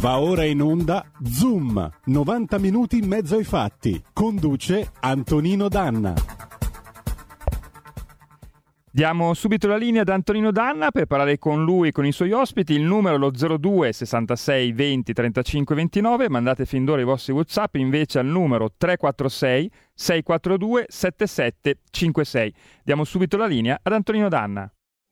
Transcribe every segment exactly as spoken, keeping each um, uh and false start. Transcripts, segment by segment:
Va ora in onda Zoom, novanta minuti in mezzo ai fatti. Conduce Antonino Danna. Diamo subito la linea ad Antonino Danna per parlare con lui e con i suoi ospiti. Il numero è lo zero due sessantasei venti trentacinque ventinove. Mandate fin d'ora i vostri WhatsApp invece al numero tre quattro sei sei quattro due sette sette cinque sei. Diamo subito la linea ad Antonino Danna.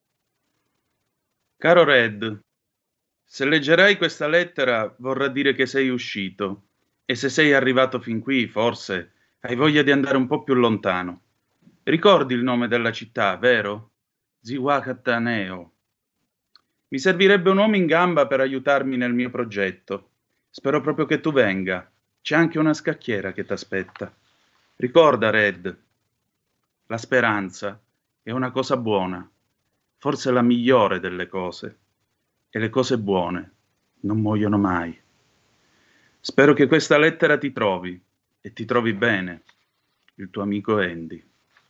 Caro Red, se leggerai questa lettera vorrà dire che sei uscito, e se sei arrivato fin qui forse hai voglia di andare un po' più lontano. Ricordi il nome della città, vero? Zihuatanejo. Mi servirebbe un uomo in gamba per aiutarmi nel mio progetto. Spero proprio che tu venga. C'è anche una scacchiera che t'aspetta. Ricorda, Red, la speranza è una cosa buona, forse la migliore delle cose, e le cose buone non muoiono mai. Spero che questa lettera ti trovi, e ti trovi bene. Il tuo amico Andy.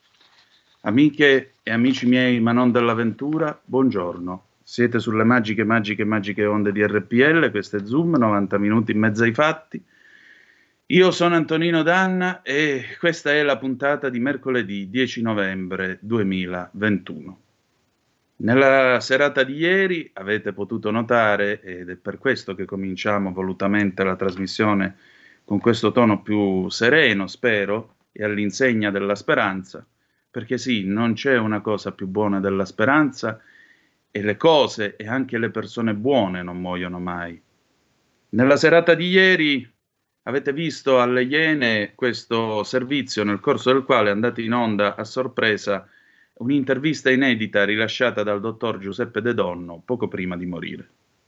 Amiche e amici miei, ma non dell'avventura, buongiorno. Siete sulle magiche, magiche, magiche onde di R P L, questo è Zoom, novanta minuti in mezzo ai fatti. Io sono Antonino Danna e questa è la puntata di mercoledì dieci novembre duemilaventuno. Nella serata di ieri avete potuto notare, ed è per questo che cominciamo volutamente la trasmissione con questo tono più sereno, spero, e all'insegna della speranza, perché sì, non c'è una cosa più buona della speranza, e le cose e anche le persone buone non muoiono mai. Nella serata di ieri avete visto alle Iene questo servizio nel corso del quale è andata in onda a sorpresa un'intervista inedita rilasciata dal dottor Giuseppe De Donno poco prima di morire.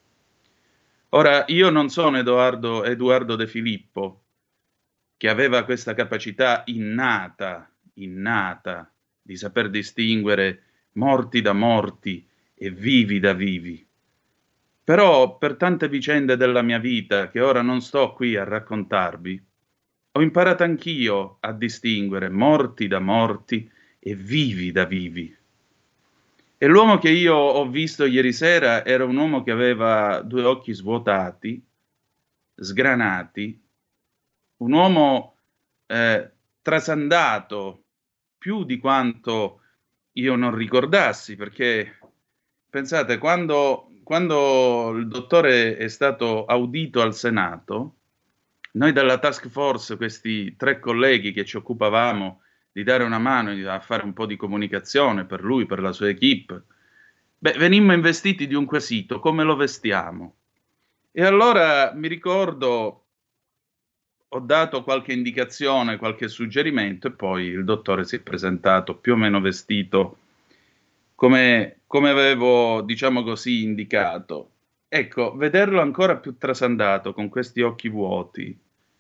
Ora, io non sono Edoardo, Edoardo De Filippo, che aveva questa capacità innata, innata, di saper distinguere morti da morti e vivi da vivi. Però per tante vicende della mia vita, che ora non sto qui a raccontarvi, ho imparato anch'io a distinguere morti da morti e vivi da vivi. E l'uomo che io ho visto ieri sera era un uomo che aveva due occhi svuotati, sgranati, un uomo eh, trasandato più di quanto io non ricordassi, perché pensate, quando, quando il dottore è stato audito al Senato, noi della task force, questi tre colleghi che ci occupavamo di dare una mano a fare un po' di comunicazione per lui, per la sua equipe, beh, venimmo investiti di un quesito: come lo vestiamo? E allora mi ricordo, ho dato qualche indicazione, qualche suggerimento, e poi il dottore si è presentato più o meno vestito come, come avevo, diciamo così, indicato. Ecco, vederlo ancora più trasandato, con questi occhi vuoti,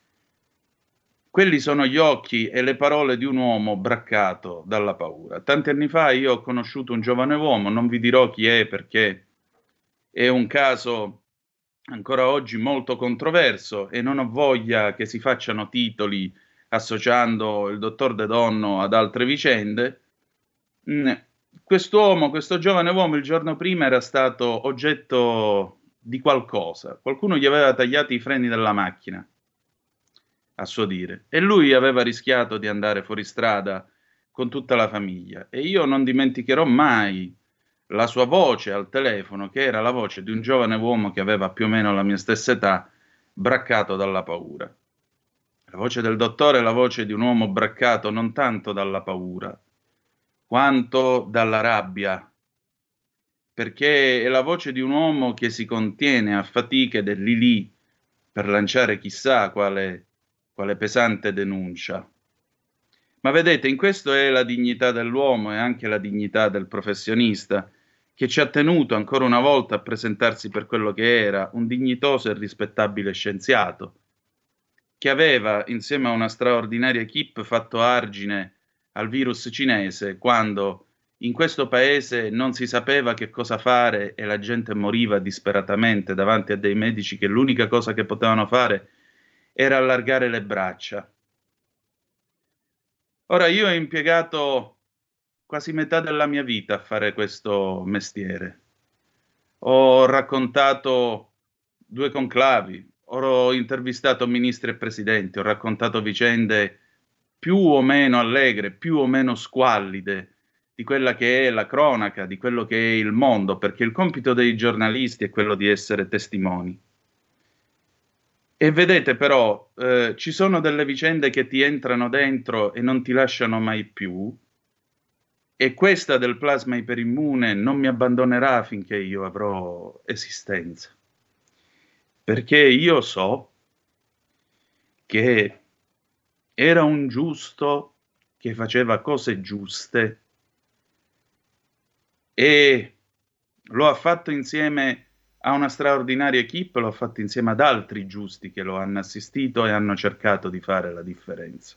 quelli sono gli occhi e le parole di un uomo braccato dalla paura. Tanti anni fa io ho conosciuto un giovane uomo, non vi dirò chi è perché è un caso ancora oggi molto controverso e non ho voglia che si facciano titoli associando il dottor De Donno ad altre vicende. Quest'uomo, questo giovane uomo, il giorno prima era stato oggetto di qualcosa. Qualcuno gli aveva tagliato i freni della macchina, a suo dire, e lui aveva rischiato di andare fuori strada con tutta la famiglia. E io non dimenticherò mai la sua voce al telefono, che era la voce di un giovane uomo che aveva più o meno la mia stessa età, braccato dalla paura. La voce del dottore è la voce di un uomo braccato non tanto dalla paura, quanto dalla rabbia, perché è la voce di un uomo che si contiene a fatica ed è lì lì per lanciare chissà quale, quale pesante denuncia. Ma vedete, in questo è la dignità dell'uomo e anche la dignità del professionista, che ci ha tenuto ancora una volta a presentarsi per quello che era, un dignitoso e rispettabile scienziato, che aveva, insieme a una straordinaria equipe, fatto argine al virus cinese quando in questo paese non si sapeva che cosa fare e la gente moriva disperatamente davanti a dei medici che l'unica cosa che potevano fare era allargare le braccia. Ora, io ho impiegato quasi metà della mia vita a fare questo mestiere. Ho raccontato due conclavi, ho intervistato ministri e presidenti, ho raccontato vicende più o meno allegre, più o meno squallide di quella che è la cronaca, di quello che è il mondo, perché il compito dei giornalisti è quello di essere testimoni. E vedete però, eh, ci sono delle vicende che ti entrano dentro e non ti lasciano mai più, e questa del plasma iperimmune non mi abbandonerà finché io avrò esistenza. Perché io so che era un giusto che faceva cose giuste e lo ha fatto insieme a una straordinaria equipe, lo ha fatto insieme ad altri giusti che lo hanno assistito e hanno cercato di fare la differenza.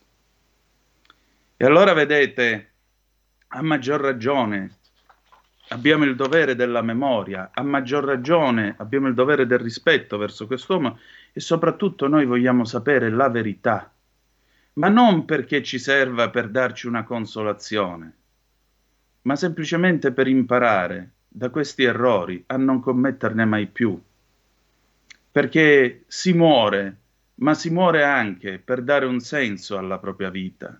E allora vedete, a maggior ragione abbiamo il dovere della memoria, a maggior ragione abbiamo il dovere del rispetto verso quest'uomo e soprattutto noi vogliamo sapere la verità, ma non perché ci serva per darci una consolazione, ma semplicemente per imparare da questi errori a non commetterne mai più. Perché si muore, ma si muore anche per dare un senso alla propria vita.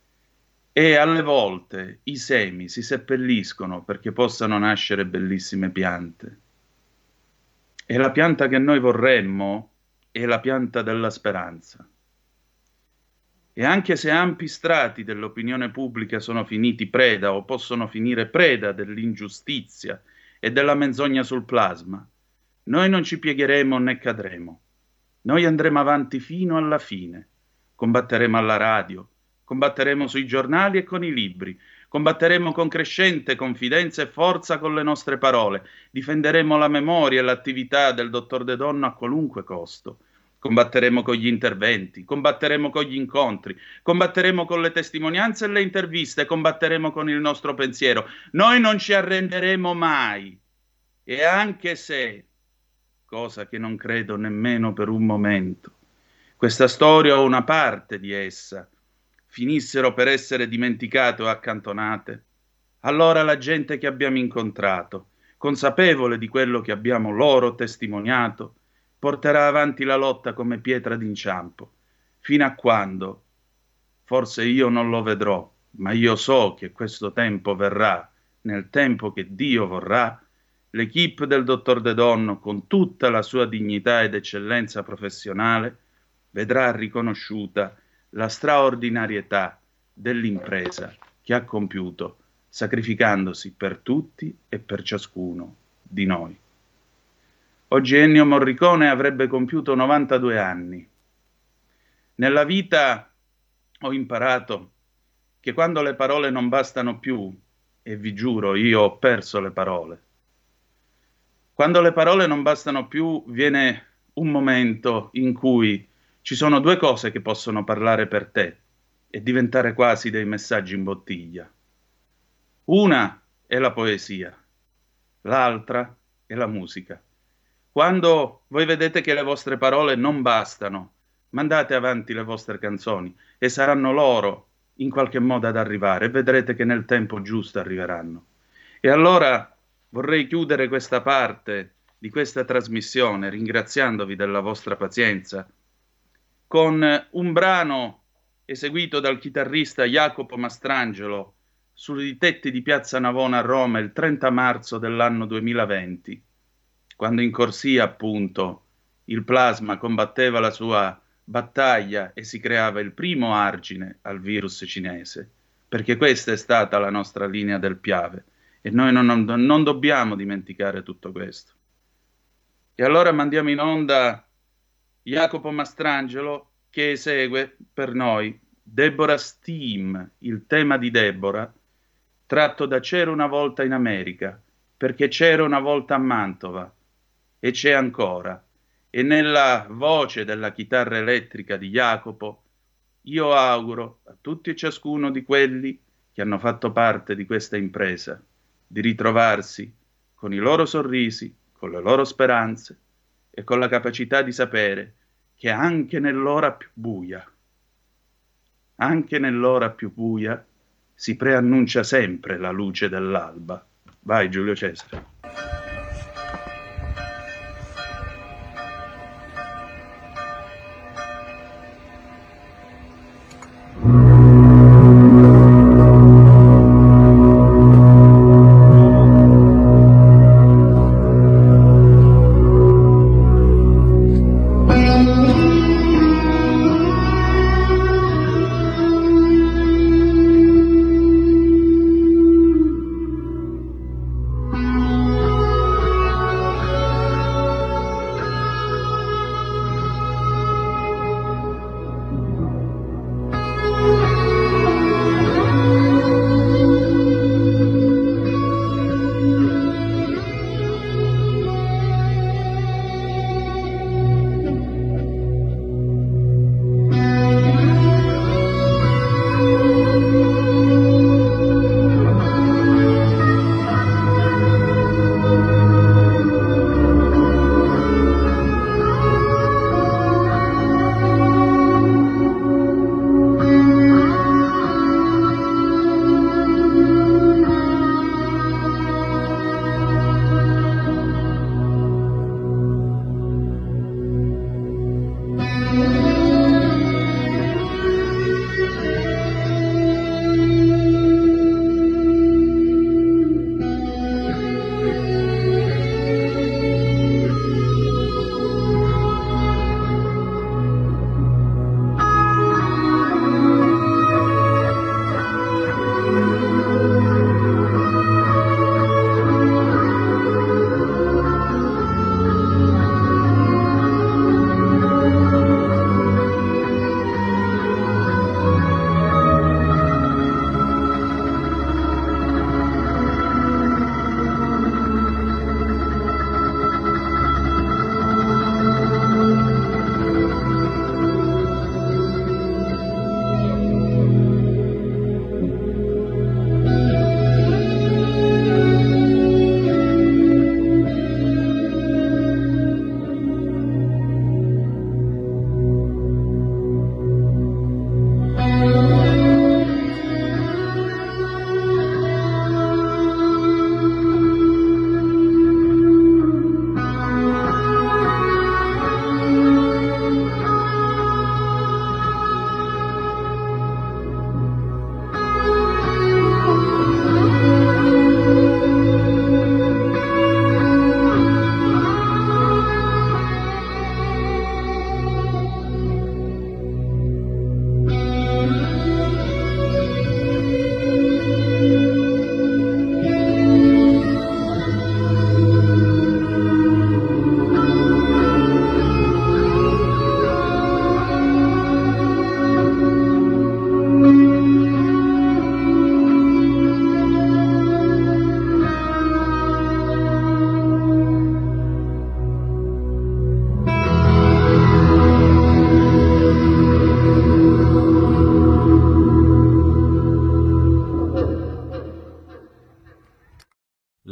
E alle volte i semi si seppelliscono perché possano nascere bellissime piante. E la pianta che noi vorremmo è la pianta della speranza. E anche se ampi strati dell'opinione pubblica sono finiti preda o possono finire preda dell'ingiustizia e della menzogna sul plasma, noi non ci piegheremo né cadremo. Noi andremo avanti fino alla fine. Combatteremo alla radio, combatteremo sui giornali e con i libri, combatteremo con crescente confidenza e forza con le nostre parole, difenderemo la memoria e l'attività del dottor De Donno a qualunque costo. Combatteremo con gli interventi, combatteremo con gli incontri, combatteremo con le testimonianze e le interviste, combatteremo con il nostro pensiero. Noi non ci arrenderemo mai. E anche se, cosa che non credo nemmeno per un momento, questa storia o una parte di essa finissero per essere dimenticate o accantonate, allora la gente che abbiamo incontrato, consapevole di quello che abbiamo loro testimoniato, porterà avanti la lotta come pietra d'inciampo, fino a quando, forse io non lo vedrò, ma io so che questo tempo verrà, nel tempo che Dio vorrà, l'equipe del dottor De Donno, con tutta la sua dignità ed eccellenza professionale, vedrà riconosciuta la straordinarietà dell'impresa che ha compiuto, sacrificandosi per tutti e per ciascuno di noi. Oggi Ennio Morricone avrebbe compiuto novantadue anni. Nella vita ho imparato che quando le parole non bastano più, e vi giuro, io ho perso le parole, quando le parole non bastano più, viene un momento in cui ci sono due cose che possono parlare per te e diventare quasi dei messaggi in bottiglia. Una è la poesia, l'altra è la musica. Quando voi vedete che le vostre parole non bastano, mandate avanti le vostre canzoni e saranno loro in qualche modo ad arrivare e vedrete che nel tempo giusto arriveranno. E allora vorrei chiudere questa parte di questa trasmissione ringraziandovi della vostra pazienza con un brano eseguito dal chitarrista Jacopo Mastrangelo sui tetti di Piazza Navona a Roma il trenta marzo dell'anno duemilaventi, quando in corsia appunto il plasma combatteva la sua battaglia e si creava il primo argine al virus cinese, perché questa è stata la nostra linea del Piave e noi non, non, non dobbiamo dimenticare tutto questo. E allora mandiamo in onda Jacopo Mastrangelo che esegue per noi Deborah's Theme, il tema di Deborah, tratto da C'era una volta in America, perché c'era una volta a Mantova e c'è ancora. E nella voce della chitarra elettrica di Jacopo io auguro a tutti e ciascuno di quelli che hanno fatto parte di questa impresa di ritrovarsi con i loro sorrisi, con le loro speranze e con la capacità di sapere che anche nell'ora più buia, anche nell'ora più buia, si preannuncia sempre la luce dell'alba. Vai Giulio Cesare.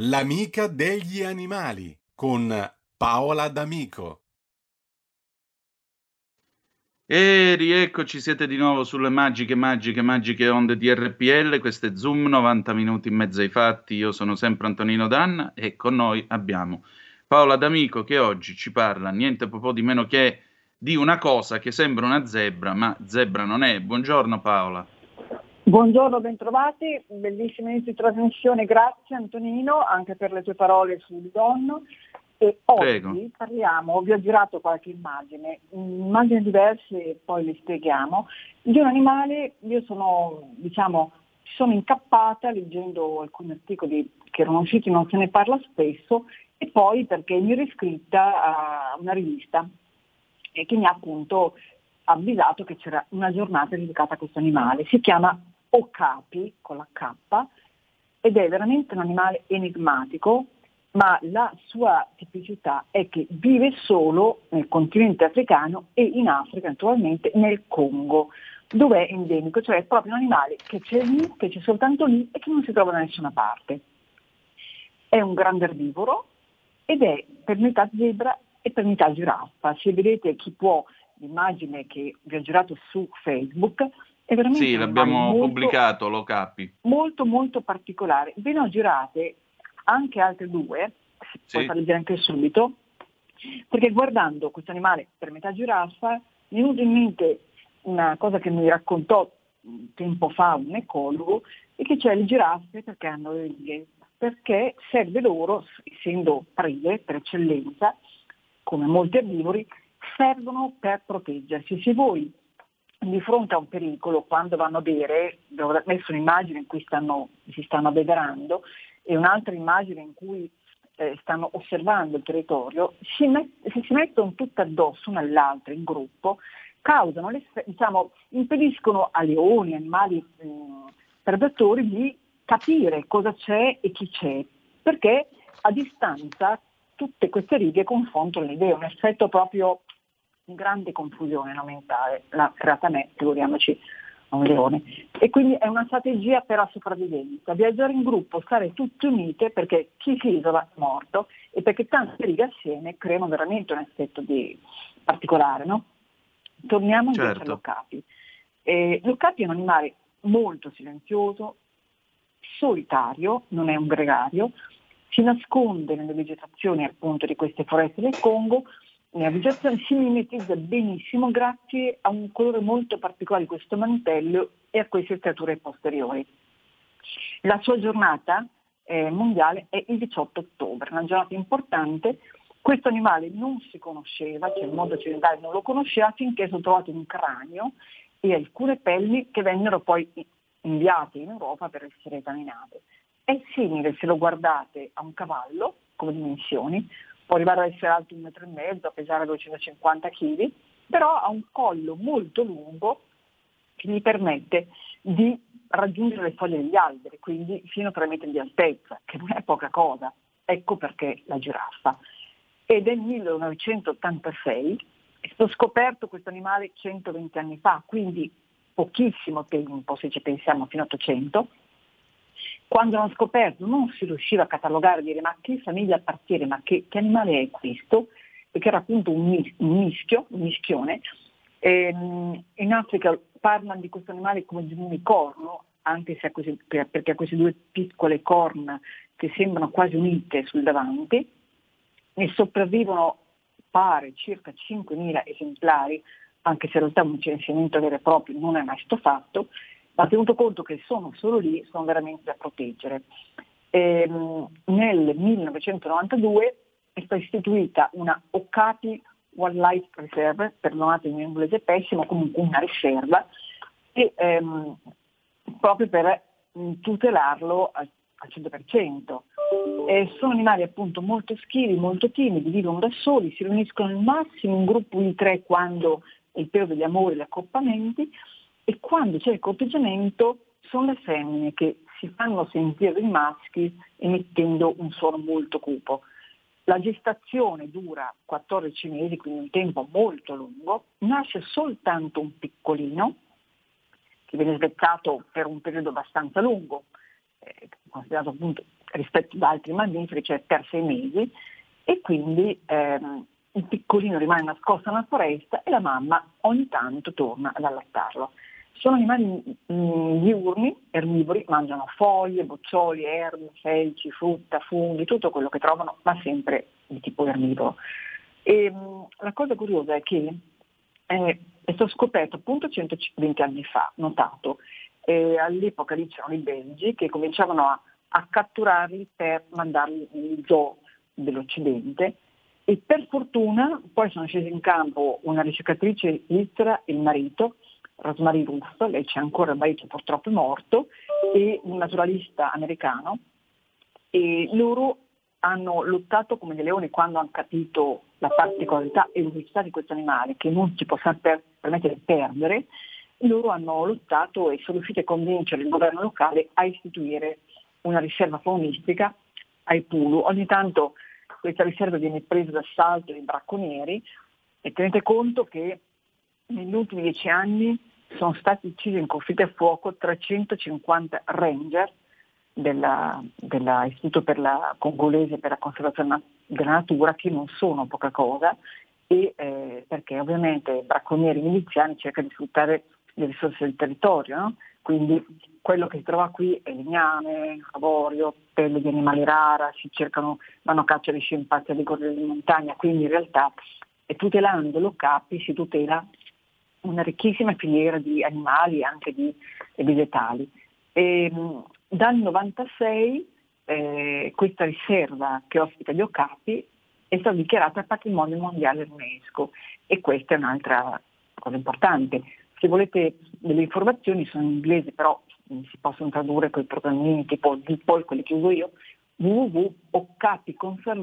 L'amica degli animali con Paola D'Amico. E rieccoci, siete di nuovo sulle magiche, magiche, magiche onde di R P L. Questo è Zoom, novanta minuti in mezzo ai fatti. Io sono sempre Antonino Danna e con noi abbiamo Paola D'Amico che oggi ci parla niente po' di meno che di una cosa che sembra una zebra, ma zebra non è. Buongiorno Paola. Buongiorno, bentrovati, bellissimo inizio di trasmissione, grazie Antonino anche per le tue parole sul donno. E oggi Prego. parliamo, vi ho girato qualche immagine, immagini diverse e poi le spieghiamo, di un animale. Io sono, diciamo, sono incappata leggendo alcuni articoli che erano usciti, non se ne parla spesso, e poi perché mi ero iscritta a una rivista e che mi ha appunto avvisato che c'era una giornata dedicata a questo animale. Si chiama Okapi con la K ed è veramente un animale enigmatico, ma la sua tipicità è che vive solo nel continente africano e in Africa, naturalmente nel Congo, dove è endemico, cioè è proprio un animale che c'è lì, che c'è soltanto lì e che non si trova da nessuna parte. È un grande erbivoro ed è per metà zebra e per metà giraffa. Se vedete, chi può, l'immagine che vi ho girato su Facebook, è veramente Sì, un l'abbiamo animale molto, pubblicato, lo capi. molto molto particolare. Ve ne ho girate anche altre due, Sì. puoi farle vedere anche subito, perché guardando questo animale per metà giraffa mi è venuta in mente una cosa che mi raccontò tempo fa un ecologo, e che cioè le giraffe perché hanno le righe, perché serve loro, essendo prede per eccellenza, come molti erbivori, servono per proteggersi. Se voi di fronte a un pericolo, quando vanno a bere, ho messo un'immagine in cui stanno, si stanno abbeverando e un'altra immagine in cui eh, stanno osservando il territorio, si met- se si mettono tutte addosso una all'altra in gruppo, causano, le, diciamo, impediscono a leoni, animali mh, predatori di capire cosa c'è e chi c'è, perché a distanza tutte queste righe confrontano le idee, un effetto proprio di grande confusione no, mentale, l'ha creata me, figuriamoci a un leone. E quindi è una strategia per la sopravvivenza, viaggiare in gruppo, stare tutti unite, perché chi si isola è morto e perché tante righe assieme creano veramente un effetto di particolare, no? Torniamo invece Certo. all'Ocapi. Eh, L'Ocapi è un animale molto silenzioso, solitario, non è un gregario, si nasconde nelle vegetazioni appunto di queste foreste del Congo. La vegetazione si mimetizza benissimo grazie a un colore molto particolare di questo mantello e a queste striature posteriori. La sua giornata eh, mondiale è il diciotto ottobre, una giornata importante. Questo animale non si conosceva, cioè il mondo occidentale non lo conosceva, finché sono trovato un cranio e alcune pelli che vennero poi inviate in Europa per essere esaminate. È simile, se lo guardate, a un cavallo come dimensioni, può arrivare ad essere alto un metro e mezzo, a pesare duecentocinquanta chili, però ha un collo molto lungo che gli permette di raggiungere le foglie degli alberi, quindi fino a tre metri di altezza, che non è poca cosa. Ecco perché la giraffa. Ed è nel millenovecentottantasei, è stato scoperto questo animale centoventi anni fa, quindi pochissimo tempo se ci pensiamo, fino all'Ottocento. Quando l'hanno scoperto non si riusciva a catalogare e dire ma a che famiglia appartiene, ma che, che animale è questo, perché era appunto un, mis- un mischio, un mischione. Ehm, in Africa parlano di questo animale come di un unicorno, anche se ha questi, perché ha queste due piccole corna che sembrano quasi unite sul davanti. Ne sopravvivono, pare, circa cinquemila esemplari, anche se in realtà un censimento vero e proprio non è mai stato fatto, ma tenuto conto che sono solo lì, sono veramente da proteggere. Ehm, nel millenovecentonovantadue è stata istituita una Okapi Wildlife Reserve, perdonate il mio inglese pessimo, comunque una riserva, e, ehm, proprio per mh, tutelarlo al, al cento per cento. Eh, sono animali appunto molto schivi, molto timidi, vivono da soli, si riuniscono al massimo in gruppo di tre quando è il periodo degli amori e gli accoppamenti, e quando c'è il corteggiamento sono le femmine che si fanno sentire dai maschi emettendo un suono molto cupo. La gestazione dura quattordici mesi, quindi un tempo molto lungo, nasce soltanto un piccolino che viene svezzato per un periodo abbastanza lungo, eh, considerato appunto rispetto ad altri mammiferi, cioè per sei mesi, e quindi ehm, il piccolino rimane nascosto nella foresta e la mamma ogni tanto torna ad allattarlo. Sono animali mh, diurni, erbivori, mangiano foglie, boccioli, erbe, felci, frutta, funghi, tutto quello che trovano, ma sempre di tipo erbivoro. E, mh, la cosa curiosa è che eh, è stato scoperto appunto centoventi anni fa, notato, eh, all'epoca lì c'erano i belgi che cominciavano a, a catturarli per mandarli negli zoo dell'Occidente, e per fortuna poi sono scesi in campo una ricercatrice svizzera e il marito, Rosemary Ruff, lei c'è ancora, il marito purtroppo è morto, e un naturalista americano, e loro hanno lottato come dei leoni quando hanno capito la particolarità e l'unicità di questo animale, che non si può sempre permettere di perdere. Loro hanno lottato e sono riusciti a convincere il governo locale a istituire una riserva faunistica ai Pulu. Ogni tanto questa riserva viene presa d'assalto dai bracconieri, e tenete conto che negli ultimi dieci anni sono stati uccisi in conflitto a fuoco trecentocinquanta ranger della, della Istituto per la congolese per la conservazione della natura, che non sono poca cosa, e eh, perché ovviamente bracconieri miliziani cercano di sfruttare le risorse del territorio, no? Quindi quello che si trova qui è legname, avorio, pelle di animali rara, si cercano, vanno a caccia di scimpanzi di corri di montagna, quindi in realtà e tutelando l'Ocapi si tutela una ricchissima filiera di animali e anche di e vegetali. E, mh, dal novantasei eh, questa riserva che ospita gli Ocapi è stata dichiarata patrimonio mondiale dell'UNESCO, e questa è un'altra cosa importante. Se volete delle informazioni sono in inglese, però si possono tradurre con i programmini tipo DeepL, quelli che uso io, w w w punto okapi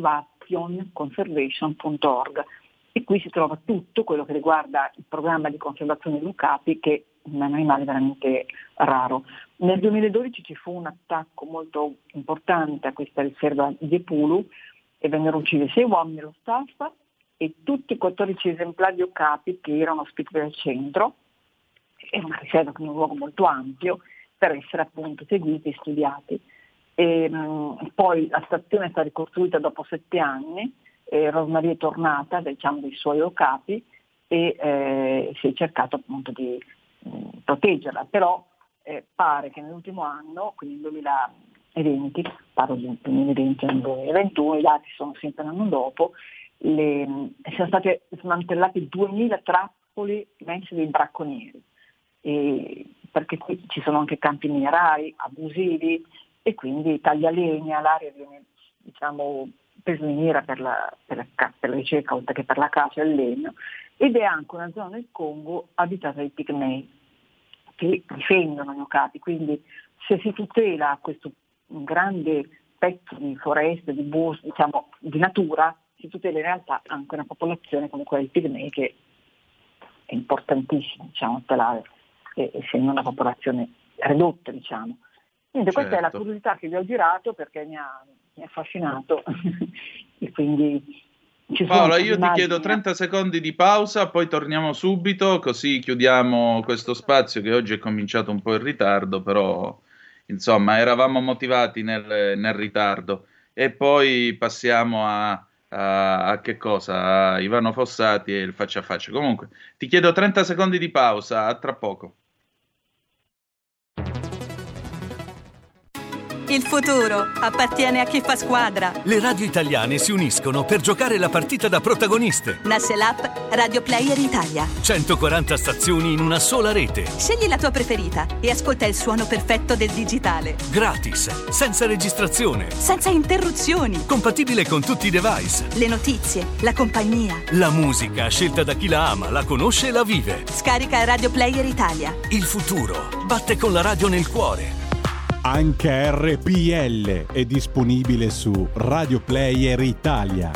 conservation punto org, e qui si trova tutto quello che riguarda il programma di conservazione degli Ocapi, che è un animale veramente raro. Nel duemiladodici ci fu un attacco molto importante a questa riserva di Pulu e vennero uccisi sei uomini dello staff e tutti i quattordici esemplari di Ocapi che erano ospiti del centro. È una riserva, quindi un luogo molto ampio per essere appunto seguiti e studiati. E, mh, poi la stazione è stata ricostruita dopo sette anni, e Rosemary è tornata, diciamo, dei suoi Ocapi, e eh, si è cercato appunto di mh, proteggerla, però eh, pare che nell'ultimo anno, quindi nel duemilaventi, parlo del duemilaventi e duemilaventuno, i dati sono sempre un anno dopo, le, sono state smantellate duemila trappole messe dei bracconieri. E perché qui ci sono anche campi minerari abusivi e quindi taglia legna, l'area viene, diciamo, presa di mira per la, per, la, per la ricerca oltre che per la caccia del legno, ed è anche una zona del Congo abitata dai pigmei che difendono gli Ocapi, quindi se si tutela questo grande pezzo di foreste, di bosco, diciamo di natura, si tutela in realtà anche una popolazione come quella dei pigmei, che è importantissima, diciamo, tutelare, essendo una popolazione ridotta, diciamo. Quindi certo. Questa è la curiosità che vi ho girato perché mi ha, mi ha affascinato e quindi ci sono Paola, io ti chiedo trenta secondi di pausa, poi torniamo subito, così chiudiamo questo spazio che oggi è cominciato un po' in ritardo, però insomma eravamo motivati nel, nel ritardo, e poi passiamo a A, a che cosa? A Ivano Fossati e il faccia a faccia. Comunque ti chiedo trenta secondi di pausa, a tra poco. Il futuro appartiene a chi fa squadra. Le radio italiane si uniscono per giocare la partita da protagoniste. Nasce l'app Radio Player Italia. centoquaranta stazioni in una sola rete. Scegli la tua preferita e ascolta il suono perfetto del digitale. Gratis, senza registrazione. Senza interruzioni. Compatibile con tutti i device. Le notizie, la compagnia. La musica scelta da chi la ama, la conosce e la vive. Scarica Radio Player Italia. Il futuro batte con la radio nel cuore. Anche R P L è disponibile su Radio Player Italia.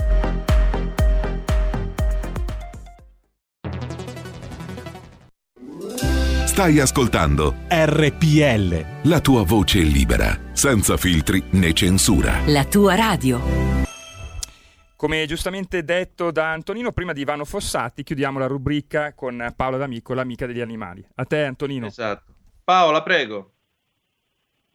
Stai ascoltando R P L, la tua voce libera, senza filtri né censura. La tua radio. Come giustamente detto da Antonino, prima di Ivano Fossati, chiudiamo la rubrica con Paola D'Amico, l'amica degli animali. A te, Antonino. Esatto. Paola, prego.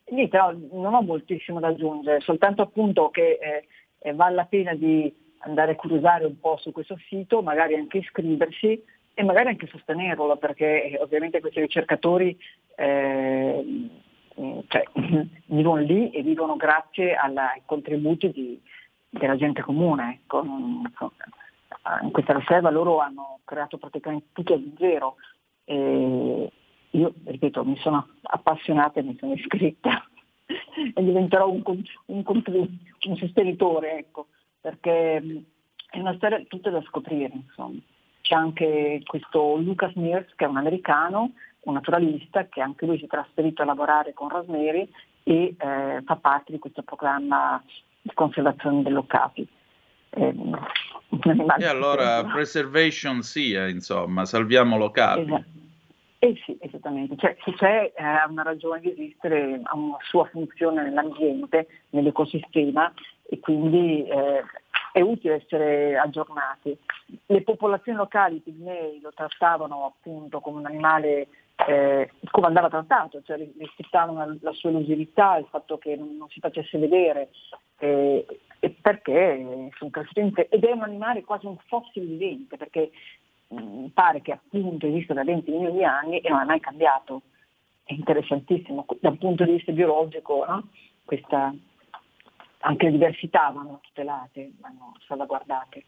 Niente, no, non ho moltissimo da aggiungere, soltanto appunto che eh, vale la pena di andare a curiosare un po' su questo sito, magari anche iscriversi e magari anche sostenerlo, perché eh, ovviamente questi ricercatori eh, cioè, vivono lì e vivono grazie alla, ai contributi di, della gente comune. Ecco. In questa riserva loro hanno creato praticamente tutto da zero. E io, ripeto, mi sono appassionata e mi sono iscritta e diventerò un, un, un sostenitore, ecco, perché è una storia tutta da scoprire, insomma. C'è anche questo Lucas Mears, che è un americano, un naturalista, che anche lui si è trasferito a lavorare con Rosemary e eh, fa parte di questo programma di conservazione dell'occapi. Eh, e allora preservation sia, insomma, salviamo l'ocapi. Esatto. Eh sì, esattamente. Cioè, se c'è eh, una ragione di esistere, ha una sua funzione nell'ambiente, nell'ecosistema, e quindi eh, è utile essere aggiornati. Le popolazioni locali, i pigmei, lo trattavano appunto come un animale eh, come andava trattato, cioè rispettavano la, la sua elusività, il fatto che non, non si facesse vedere, eh, e perché sono cresciuti in te- ed è un animale quasi un fossile vivente, perché mh, pare che appunto esista da venti milioni di anni e non è mai cambiato. È interessantissimo da un punto di vista biologico, no? Questa, anche le diversità vanno tutelate, vanno salvaguardate.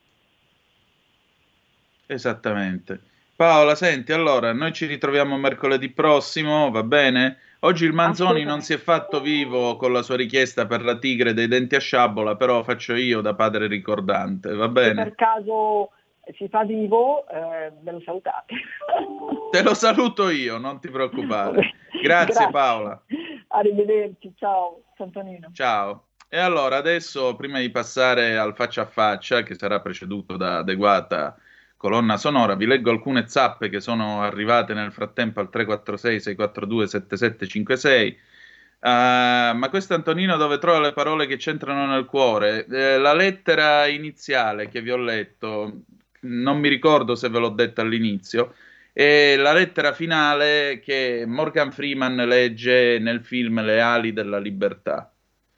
Esattamente. Paola, senti, allora, noi ci ritroviamo mercoledì prossimo, va bene? Oggi il Manzoni non si è fatto vivo con la sua richiesta per la tigre dei denti a sciabola, però faccio io da padre ricordante, va bene? Se per caso si fa vivo, eh, ve lo salutate. Te lo saluto io, non ti preoccupare. Grazie, Grazie. Paola. Arrivederci, ciao Antonino. Ciao. E allora, adesso, prima di passare al faccia a faccia, che sarà preceduto da adeguata colonna sonora, vi leggo alcune zappe che sono arrivate nel frattempo al tre quattro sei sei quattro due sette sette cinque sei. Uh, ma questo Antonino dove trova le parole che c'entrano nel cuore? Eh, la lettera iniziale che vi ho letto, non mi ricordo se ve l'ho detta all'inizio, è la lettera finale che Morgan Freeman legge nel film Le ali della libertà.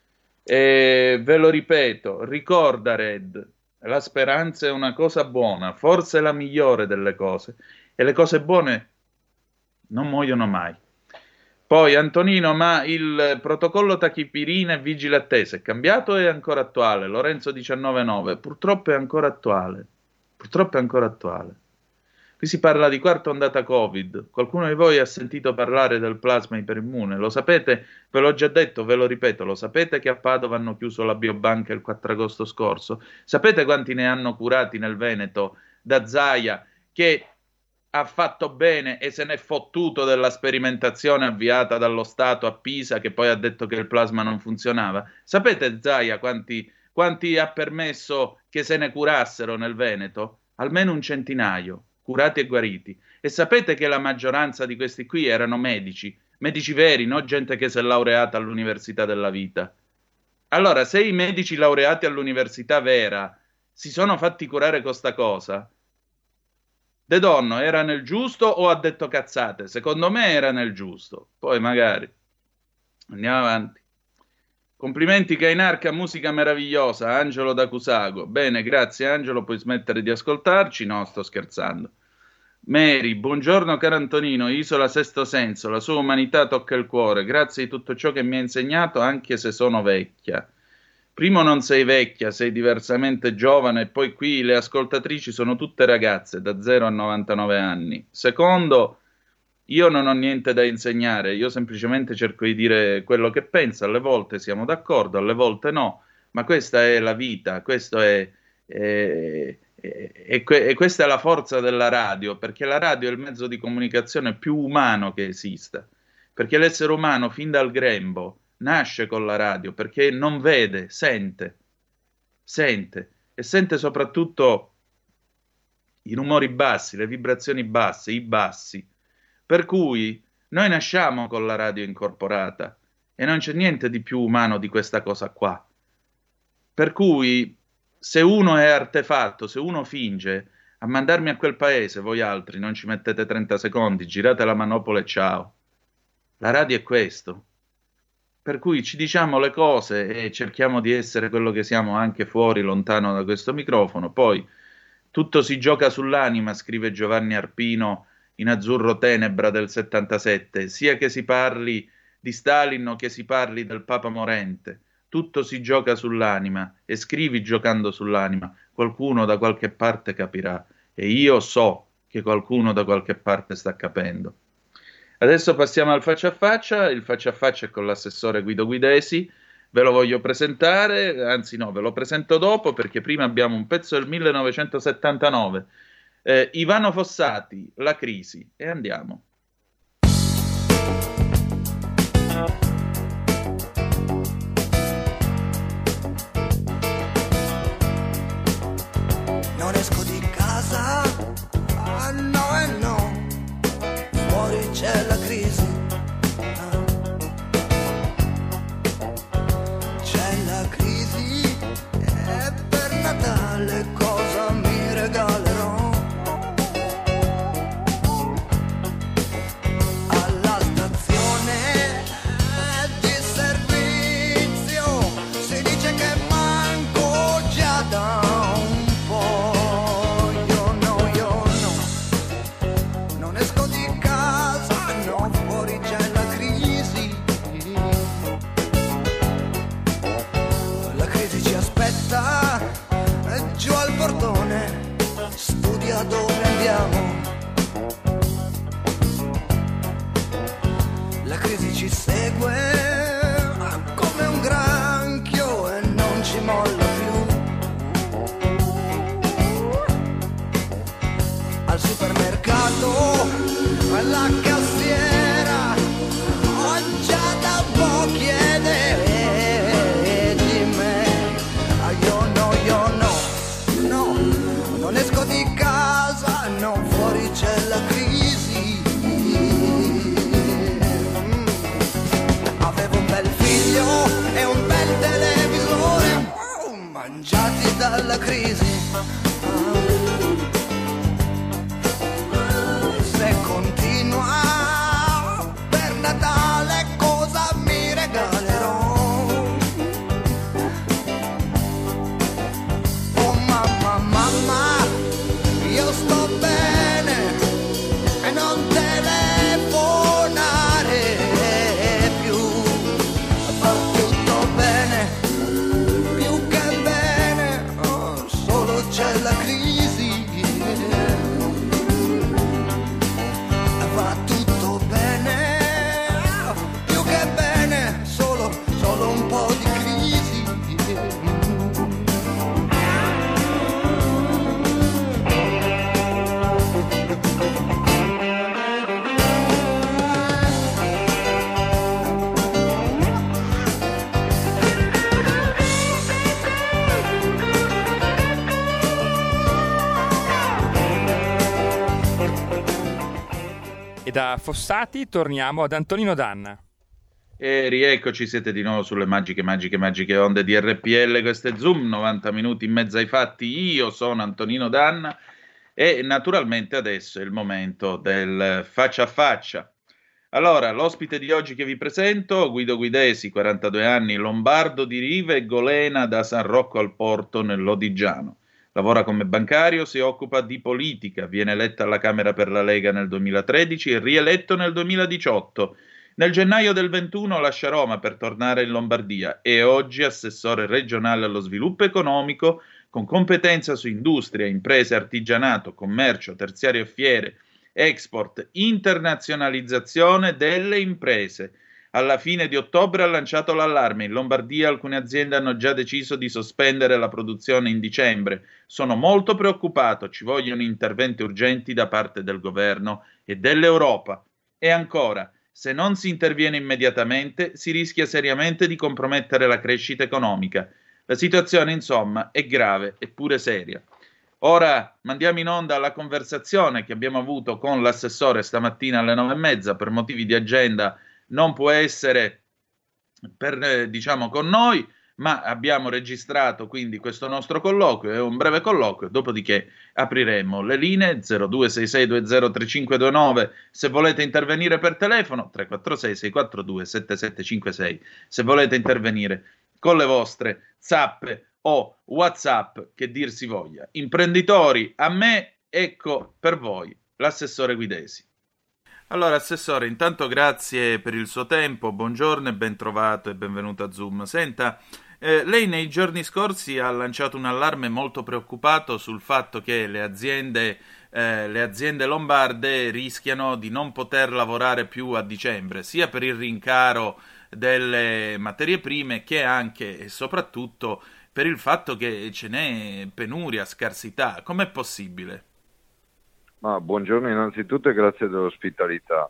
E ve lo ripeto, ricorda Red, la speranza è una cosa buona, forse la migliore delle cose, e le cose buone non muoiono mai. Poi Antonino, ma il protocollo tachipirina e vigile attesa è cambiato o è ancora attuale? Lorenzo diciannove nove, purtroppo è ancora attuale, purtroppo è ancora attuale. Qui si parla di quarta ondata Covid. Qualcuno di voi ha sentito parlare del plasma iperimmune? Lo sapete? Ve l'ho già detto, ve lo ripeto. Lo sapete che a Padova hanno chiuso la biobanca il quattro agosto scorso? Sapete quanti ne hanno curati nel Veneto da Zaia, che ha fatto bene e se n'è fottuto della sperimentazione avviata dallo Stato a Pisa, che poi ha detto che il plasma non funzionava? Sapete Zaia quanti, quanti ha permesso che se ne curassero nel Veneto? Almeno un centinaio. Curati e guariti. E sapete che la maggioranza di questi qui erano medici, medici veri, non gente che si è laureata all'università della vita. Allora, se i medici laureati all'università vera si sono fatti curare con sta cosa, De Donno era nel giusto o ha detto cazzate? Secondo me era nel giusto. Poi magari andiamo avanti. Complimenti Cainarca, musica meravigliosa, Angelo da Cusago. Bene, grazie Angelo, puoi smettere di ascoltarci? No, sto scherzando. Mary, buongiorno caro Antonino, Isola Sesto Senso, la sua umanità tocca il cuore, grazie di tutto ciò che mi ha insegnato anche se sono vecchia. Primo non sei vecchia, sei diversamente giovane e poi qui le ascoltatrici sono tutte ragazze da zero a novantanove anni. Secondo, io non ho niente da insegnare, io semplicemente cerco di dire quello che penso, alle volte siamo d'accordo, alle volte no, ma questa è la vita, questo è, è, è, è, è questa è la forza della radio, perché la radio è il mezzo di comunicazione più umano che esista, perché l'essere umano fin dal grembo nasce con la radio, perché non vede, sente, sente, e sente soprattutto i rumori bassi, le vibrazioni basse, i bassi. Per cui noi nasciamo con la radio incorporata e non c'è niente di più umano di questa cosa qua. Per cui se uno è artefatto, se uno finge, a mandarmi a quel paese, voi altri non ci mettete trenta secondi, girate la manopola e ciao. La radio è questo. per cui ci diciamo le cose e cerchiamo di essere quello che siamo anche fuori, lontano da questo microfono. Poi tutto si gioca sull'anima, scrive Giovanni Arpino in Azzurro Tenebra del settantasette, sia che si parli di Stalin o che si parli del Papa morente. Tutto si gioca sull'anima e scrivi giocando sull'anima. Qualcuno da qualche parte capirà e io so che qualcuno da qualche parte sta capendo. Adesso passiamo al faccia a faccia. Il faccia a faccia è con l'assessore Guido Guidesi. Ve lo voglio presentare, anzi no, ve lo presento dopo perché prima abbiamo un pezzo del millenovecentosettantanove. Eh, Ivano Fossati, La crisi, e andiamo. Non esco di casa, ah no e no, fuori c'è la crisi, ah. C'è la crisi e per Natale cosa mi regalerò? Alla stazione di servizio si dice che manco già da un po'. Io no, io no, non esco di casa, no, fuori c'è la crisi. La crisi ci aspetta giù al portone, studia dove andiamo. La crisi ci segue come un granchio e non ci molla più. Al supermercato, alla cassiera, ho già da un po' chiedere di me. Ah, io no, io no, no, non esco di casa, no, fuori c'è la crisi. Mm. Avevo un bel figlio e un bel televisore, oh, mangiati dalla crisi. Se continua per Natale cosa mi regalerò? Oh mamma, mamma, io sto bene e non telefonare più. Va tutto bene, più che bene, oh, solo c'è la crisi. Va tutto bene, più che bene, solo, solo un po' di crisi. E da Fossati torniamo ad Antonino Danna. E rieccoci, siete di nuovo sulle magiche, magiche, magiche onde di R P L. Questo è Zoom, novanta minuti in mezzo ai fatti. Io sono Antonino Danna e naturalmente adesso è il momento del faccia a faccia. Allora, l'ospite di oggi che vi presento, Guido Guidesi, quarantadue anni, lombardo di Rive e Golena, da San Rocco al Porto nell'Odigiano. Lavora come bancario, si occupa di politica, viene eletta alla Camera per la Lega nel duemilatredici e rieletto nel duemiladiciotto. Nel gennaio del ventuno lascia Roma per tornare in Lombardia e oggi assessore regionale allo sviluppo economico con competenza su industria, imprese, artigianato, commercio, terziario e fiere, export, internazionalizzazione delle imprese. Alla fine di ottobre ha lanciato l'allarme. In Lombardia alcune aziende hanno già deciso di sospendere la produzione in dicembre. Sono molto preoccupato, ci vogliono interventi urgenti da parte del governo e dell'Europa. E ancora, se non si interviene immediatamente, si rischia seriamente di compromettere la crescita economica. La situazione, insomma, è grave e pure seria. Ora mandiamo in onda la conversazione che abbiamo avuto con l'assessore stamattina alle nove e mezza. Per motivi di agenda non può essere per, eh, diciamo, con noi, ma abbiamo registrato quindi questo nostro colloquio, è un breve colloquio, dopodiché apriremo le linee zero due sei sei due zero tre cinque due nove se volete intervenire per telefono, tre quattro sei sei quattro due sette sette cinque sei se volete intervenire con le vostre zappe o WhatsApp, che dir si voglia. Imprenditori, a me, ecco per voi l'assessore Guidesi. Allora, Assessore, intanto grazie per il suo tempo, buongiorno e ben trovato e benvenuto a Zoom. Senta, eh, lei nei giorni scorsi ha lanciato un allarme molto preoccupato sul fatto che le aziende, eh, le aziende lombarde rischiano di non poter lavorare più a dicembre, sia per il rincaro delle materie prime che anche e soprattutto per il fatto che ce n'è penuria, scarsità. Com'è possibile? Ma buongiorno innanzitutto e grazie dell'ospitalità.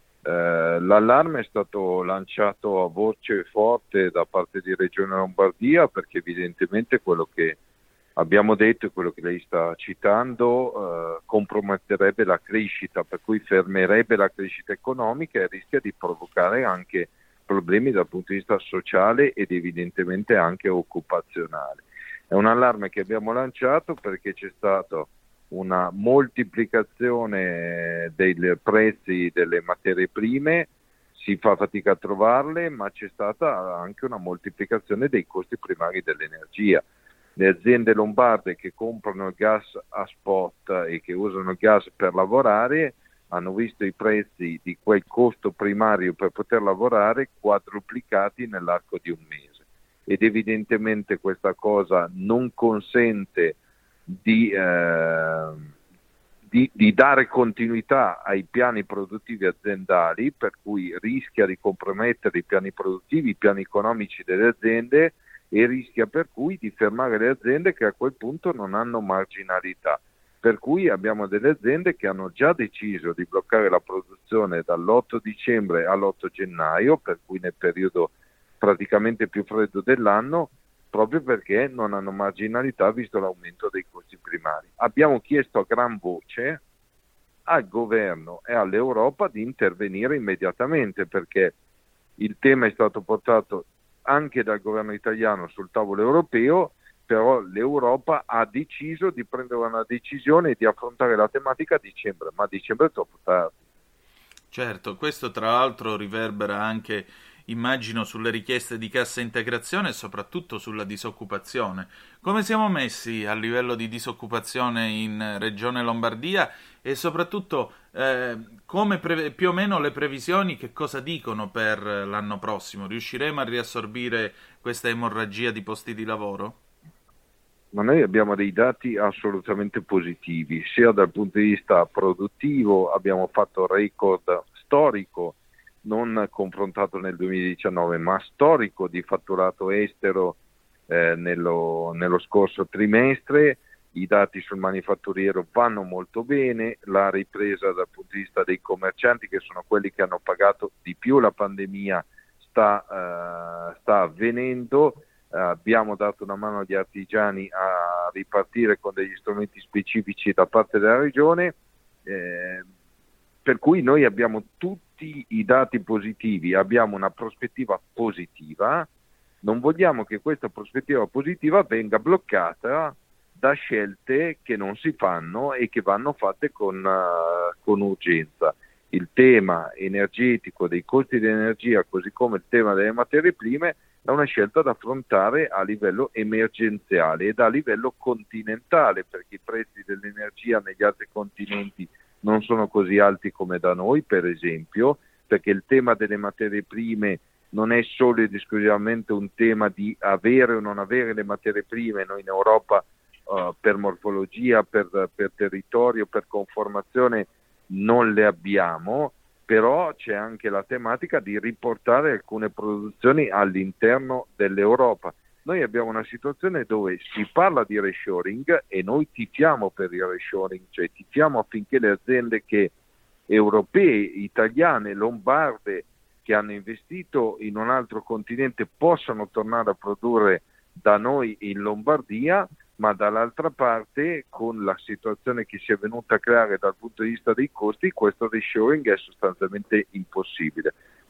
Eh, l'allarme è stato lanciato a voce forte da parte di Regione Lombardia, perché evidentemente quello che abbiamo detto e quello che lei sta citando eh, comprometterebbe la crescita, per cui fermerebbe la crescita economica e rischia di provocare anche problemi dal punto di vista sociale ed evidentemente anche occupazionale. È un allarme che abbiamo lanciato perché c'è stato una moltiplicazione dei prezzi delle materie prime, si fa fatica a trovarle, ma c'è stata anche una moltiplicazione dei costi primari dell'energia. Le aziende lombarde che comprano il gas a spot e che usano il gas per lavorare hanno visto i prezzi di quel costo primario per poter lavorare quadruplicati nell'arco di un mese, ed evidentemente questa cosa non consente Di, eh, di, di dare continuità ai piani produttivi aziendali, per cui rischia di compromettere i piani produttivi, i piani economici delle aziende, e rischia per cui di fermare le aziende che a quel punto non hanno marginalità. Per cui abbiamo delle aziende che hanno già deciso di bloccare la produzione dall'otto dicembre all'otto gennaio, per cui nel periodo praticamente più freddo dell'anno, proprio perché non hanno marginalità visto l'aumento dei costi primari. Abbiamo chiesto a gran voce al governo e all'Europa di intervenire immediatamente, perché il tema è stato portato anche dal governo italiano sul tavolo europeo, però l'Europa ha deciso di prendere una decisione e di affrontare la tematica a dicembre, ma a dicembre è troppo tardi. Certo, questo tra l'altro riverbera anche, immagino, sulle richieste di cassa integrazione e soprattutto sulla disoccupazione. Come siamo messi a livello di disoccupazione in Regione Lombardia e soprattutto eh, come pre- più o meno le previsioni che cosa dicono per l'anno prossimo? Riusciremo a riassorbire questa emorragia di posti di lavoro? Ma noi abbiamo dei dati assolutamente positivi, sia dal punto di vista produttivo abbiamo fatto record storico, non confrontato nel duemiladiciannove, ma storico, di fatturato estero eh, nello, nello scorso trimestre. I dati sul manifatturiero vanno molto bene, la ripresa dal punto di vista dei commercianti, che sono quelli che hanno pagato di più la pandemia, sta, uh, sta avvenendo. Uh, abbiamo dato una mano agli artigiani a ripartire con degli strumenti specifici da parte della Regione, eh, per cui noi abbiamo tutti i dati positivi, abbiamo una prospettiva positiva. Non vogliamo che questa prospettiva positiva venga bloccata da scelte che non si fanno e che vanno fatte con, uh, con urgenza. Il tema energetico, dei costi di energia, così come il tema delle materie prime, è una scelta da affrontare a livello emergenziale ed a livello continentale, perché i prezzi dell'energia negli altri continenti non sono così alti come da noi, per esempio, perché il tema delle materie prime non è solo ed esclusivamente un tema di avere o non avere le materie prime. Noi in Europa uh, per morfologia, per, per territorio, per conformazione non le abbiamo, però c'è anche la tematica di riportare alcune produzioni all'interno dell'Europa. Noi abbiamo una situazione dove si parla di reshoring e noi tifiamo per il reshoring, cioè tifiamo affinché le aziende che europee, italiane, lombarde, che hanno investito in un altro continente possano tornare a produrre da noi in Lombardia, ma dall'altra parte, con la situazione che si è venuta a creare dal punto di vista dei costi, questo reshoring è sostanzialmente impossibile.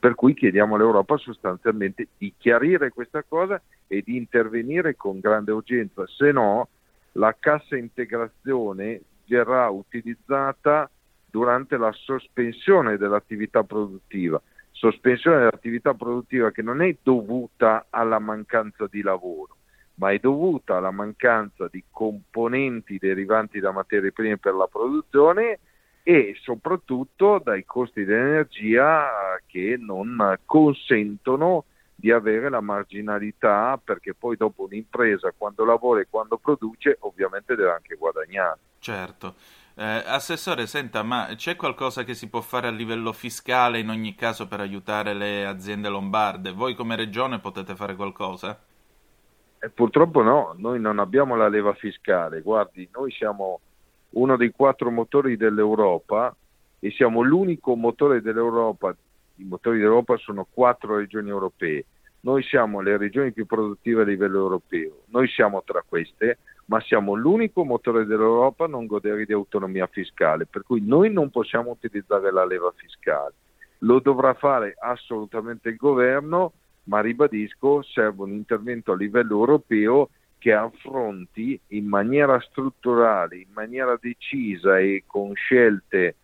Per cui chiediamo all'Europa sostanzialmente di chiarire questa cosa e di intervenire con grande urgenza, se no la cassa integrazione verrà utilizzata durante la sospensione dell'attività produttiva, sospensione dell'attività produttiva che non è dovuta alla mancanza di lavoro, ma è dovuta alla mancanza di componenti derivanti da materie prime per la produzione e soprattutto dai costi dell'energia che non consentono di avere la marginalità, perché poi dopo un'impresa quando lavora e quando produce ovviamente deve anche guadagnare. Certo. Eh, Assessore, senta, ma c'è qualcosa che si può fare a livello fiscale in ogni caso per aiutare le aziende lombarde? Voi come regione potete fare qualcosa? Eh, purtroppo no, noi non abbiamo la leva fiscale. Guardi, noi siamo uno dei quattro motori dell'Europa e siamo l'unico motore dell'Europa. I motori dell'Europa sono quattro regioni europee. Noi siamo le regioni più produttive a livello europeo. Noi siamo tra queste, ma siamo l'unico motore dell'Europa a non godere di autonomia fiscale, per cui noi non possiamo utilizzare la leva fiscale. Lo dovrà fare assolutamente il governo, ma ribadisco, serve un intervento a livello europeo che affronti in maniera strutturale, in maniera decisa e con scelte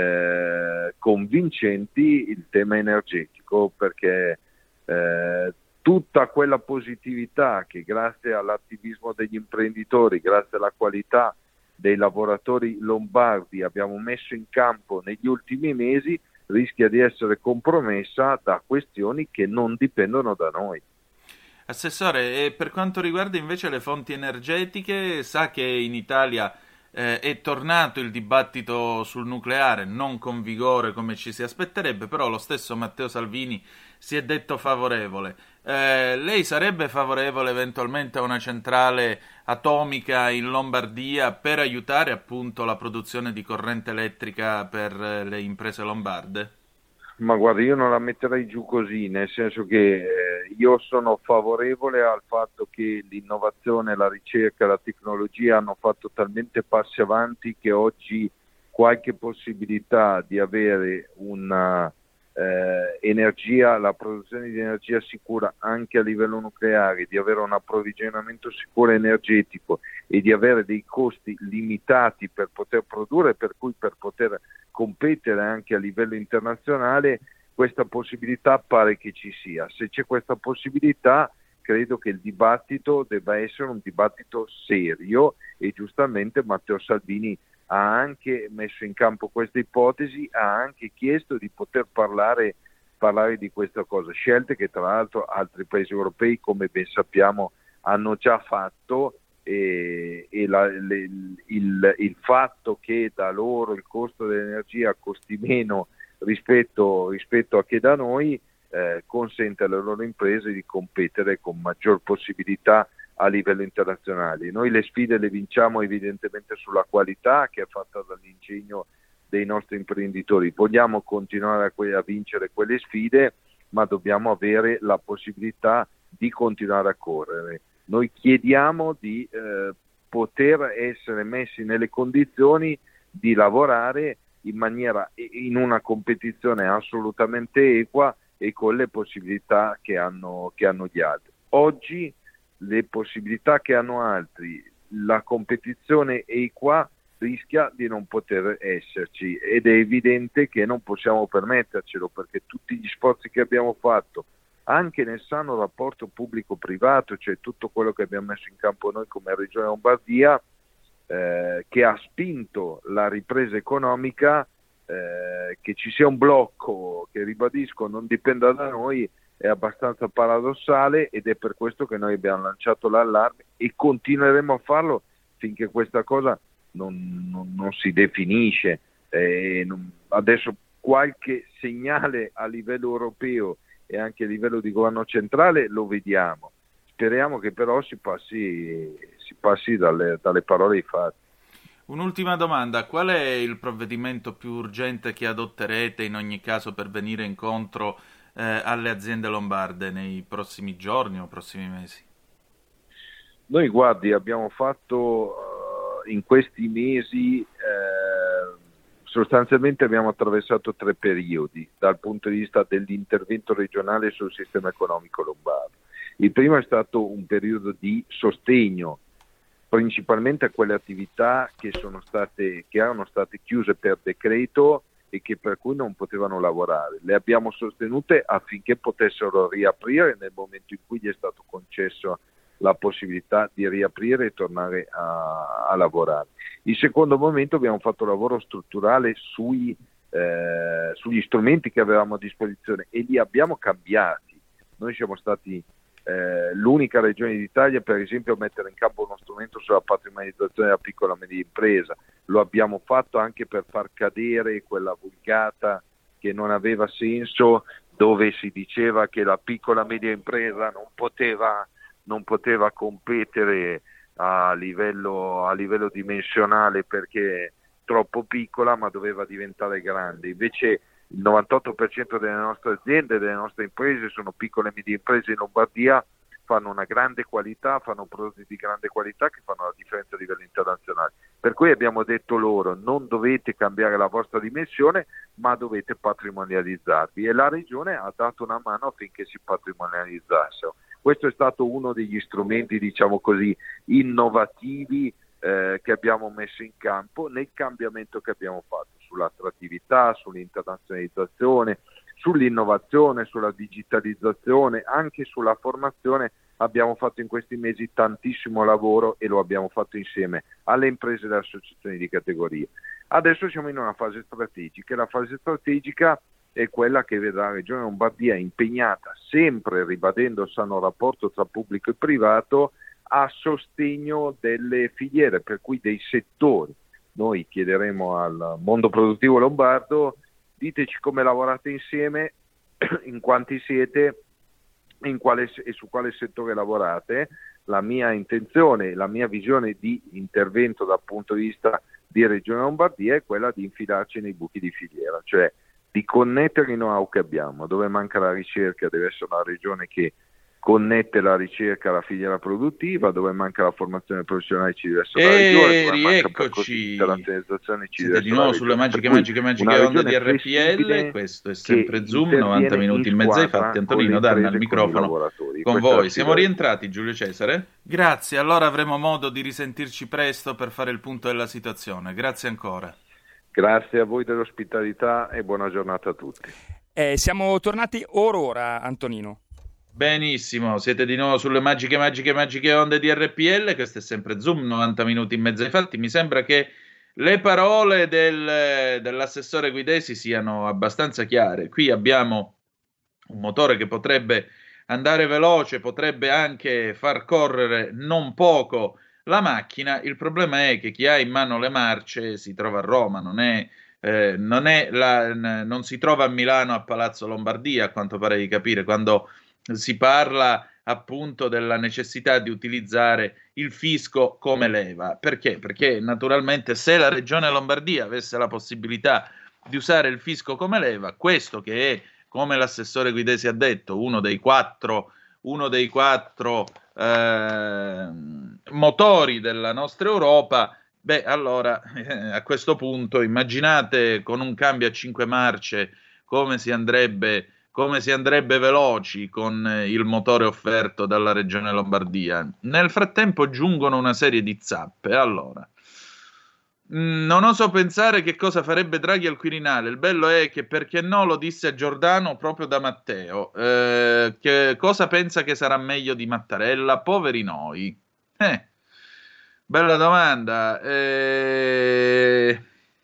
eh, convincenti il tema energetico, perché eh, tutta quella positività che grazie all'attivismo degli imprenditori, grazie alla qualità dei lavoratori lombardi abbiamo messo in campo negli ultimi mesi, rischia di essere compromessa da questioni che non dipendono da noi. Assessore, e per quanto riguarda invece le fonti energetiche, sa che in Italia eh, è tornato il dibattito sul nucleare, non con vigore come ci si aspetterebbe, però lo stesso Matteo Salvini si è detto favorevole. Eh, lei sarebbe favorevole eventualmente a una centrale atomica in Lombardia per aiutare appunto la produzione di corrente elettrica per le imprese lombarde? Ma guarda, io non la metterei giù così, nel senso che eh, io sono favorevole al fatto che l'innovazione, la ricerca, la tecnologia hanno fatto talmente passi avanti che oggi qualche possibilità di avere una eh, energia, la produzione di energia sicura anche a livello nucleare, di avere un approvvigionamento sicuro energetico e di avere dei costi limitati per poter produrre, per cui per poter competere anche a livello internazionale, questa possibilità pare che ci sia. Se c'è questa possibilità, credo che il dibattito debba essere un dibattito serio e giustamente Matteo Salvini ha anche messo in campo questa ipotesi, ha anche chiesto di poter parlare, parlare di questa cosa, scelte che tra l'altro altri paesi europei, come ben sappiamo, hanno già fatto. E, e la, le, il, il fatto che da loro il costo dell'energia costi meno rispetto, rispetto a che da noi eh, consente alle loro imprese di competere con maggior possibilità a livello internazionale. Noi le sfide le vinciamo evidentemente sulla qualità che è fatta dall'ingegno dei nostri imprenditori. Vogliamo continuare a, que- a vincere quelle sfide, ma dobbiamo avere la possibilità di continuare a correre. Noi chiediamo di eh, poter essere messi nelle condizioni di lavorare in maniera, in una competizione assolutamente equa e con le possibilità che hanno, che hanno gli altri. Oggi le possibilità che hanno altri, la competizione equa rischia di non poter esserci ed è evidente che non possiamo permettercelo, perché tutti gli sforzi che abbiamo fatto anche nel sano rapporto pubblico-privato, cioè tutto quello che abbiamo messo in campo noi come Regione Lombardia, eh, che ha spinto la ripresa economica, eh, che ci sia un blocco che, ribadisco, non dipenda da noi, è abbastanza paradossale ed è per questo che noi abbiamo lanciato l'allarme e continueremo a farlo finché questa cosa non, non, non si definisce. Eh, non, adesso qualche segnale a livello europeo e anche a livello di governo centrale lo vediamo. Speriamo che però si passi, si passi dalle, dalle parole ai fatti. Un'ultima domanda, qual è il provvedimento più urgente che adotterete in ogni caso per venire incontro eh, alle aziende lombarde nei prossimi giorni o prossimi mesi? Noi, guardi, abbiamo fatto uh, in questi mesi uh, sostanzialmente abbiamo attraversato tre periodi dal punto di vista dell'intervento regionale sul sistema economico lombardo. Il primo è stato un periodo di sostegno principalmente a quelle attività che sono state, che erano state chiuse per decreto e che per cui non potevano lavorare. Le abbiamo sostenute affinché potessero riaprire nel momento in cui gli è stato concesso la possibilità di riaprire e tornare a, a lavorare. Il secondo momento abbiamo fatto lavoro strutturale sui, eh, sugli strumenti che avevamo a disposizione e li abbiamo cambiati. Noi siamo stati eh, l'unica regione d'Italia, per esempio, a mettere in campo uno strumento sulla patrimonializzazione della piccola e media impresa. Lo abbiamo fatto anche per far cadere quella vulgata che non aveva senso, dove si diceva che la piccola e media impresa non poteva non poteva competere a livello, a livello dimensionale perché troppo piccola, ma doveva diventare grande. Invece il novantotto per cento delle nostre aziende, delle nostre imprese sono piccole e medie imprese in Lombardia, fanno una grande qualità, fanno prodotti di grande qualità che fanno la differenza a livello internazionale. Per cui abbiamo detto loro: non dovete cambiare la vostra dimensione, ma dovete patrimonializzarvi, e la regione ha dato una mano affinché si patrimonializzassero. Questo è stato uno degli strumenti, diciamo così, innovativi eh, che abbiamo messo in campo nel cambiamento che abbiamo fatto sull'attrattività, sull'internazionalizzazione, sull'innovazione, sulla digitalizzazione, anche sulla formazione. Abbiamo fatto in questi mesi tantissimo lavoro e lo abbiamo fatto insieme alle imprese e alle associazioni di categoria. Adesso siamo in una fase strategica, e la fase strategica è quella che vedrà la Regione Lombardia impegnata, sempre ribadendo il sano rapporto tra pubblico e privato, a sostegno delle filiere, per cui dei settori. Noi chiederemo al mondo produttivo lombardo: diteci come lavorate insieme, in quanti siete, in quale e su quale settore lavorate. La mia intenzione, la mia visione di intervento dal punto di vista di Regione Lombardia è quella di infilarci nei buchi di filiera, cioè di connettere i know-how che abbiamo. Dove manca la ricerca deve essere una regione che connette la ricerca alla filiera produttiva, dove manca la formazione professionale ci deve essere una regione, dove manca percorsi di internazionalizzazione ci deve essere di nuovo sulle magiche magiche magiche onde di R P L. Questo è sempre Zoom, novanta minuti in mezzo ai fatti. Antonino Danna al microfono con voi. Siamo rientrati, Giulio Cesare? Grazie, allora avremo modo di risentirci presto per fare il punto della situazione. Grazie ancora. Grazie a voi dell'ospitalità e buona giornata a tutti. Eh, siamo tornati or ora, Antonino. Benissimo, siete di nuovo sulle magiche, magiche, magiche onde di R P L. Questo è sempre Zoom, novanta minuti in mezzo ai fatti. Mi sembra che le parole del, dell'assessore Guidesi siano abbastanza chiare. Qui abbiamo un motore che potrebbe andare veloce, potrebbe anche far correre non poco la macchina. Il problema è che chi ha in mano le marce si trova a Roma, non è, eh, non è la, non si trova a Milano a Palazzo Lombardia, a quanto pare di capire, quando si parla appunto della necessità di utilizzare il fisco come leva. Perché? Perché naturalmente se la Regione Lombardia avesse la possibilità di usare il fisco come leva, questo che è, come l'assessore Guidesi ha detto, uno dei quattro, uno dei quattro eh, motori della nostra Europa, beh, allora eh, a questo punto immaginate con un cambio a cinque marce come si andrebbe come si andrebbe veloci con il motore offerto dalla Regione Lombardia. Nel frattempo giungono una serie di zappe. Allora, non oso pensare che cosa farebbe Draghi al Quirinale. Il bello è che, perché no, lo disse a Giordano proprio da Matteo. Eh, che cosa pensa che sarà meglio di Mattarella? Poveri noi. Eh, bella domanda. Eh...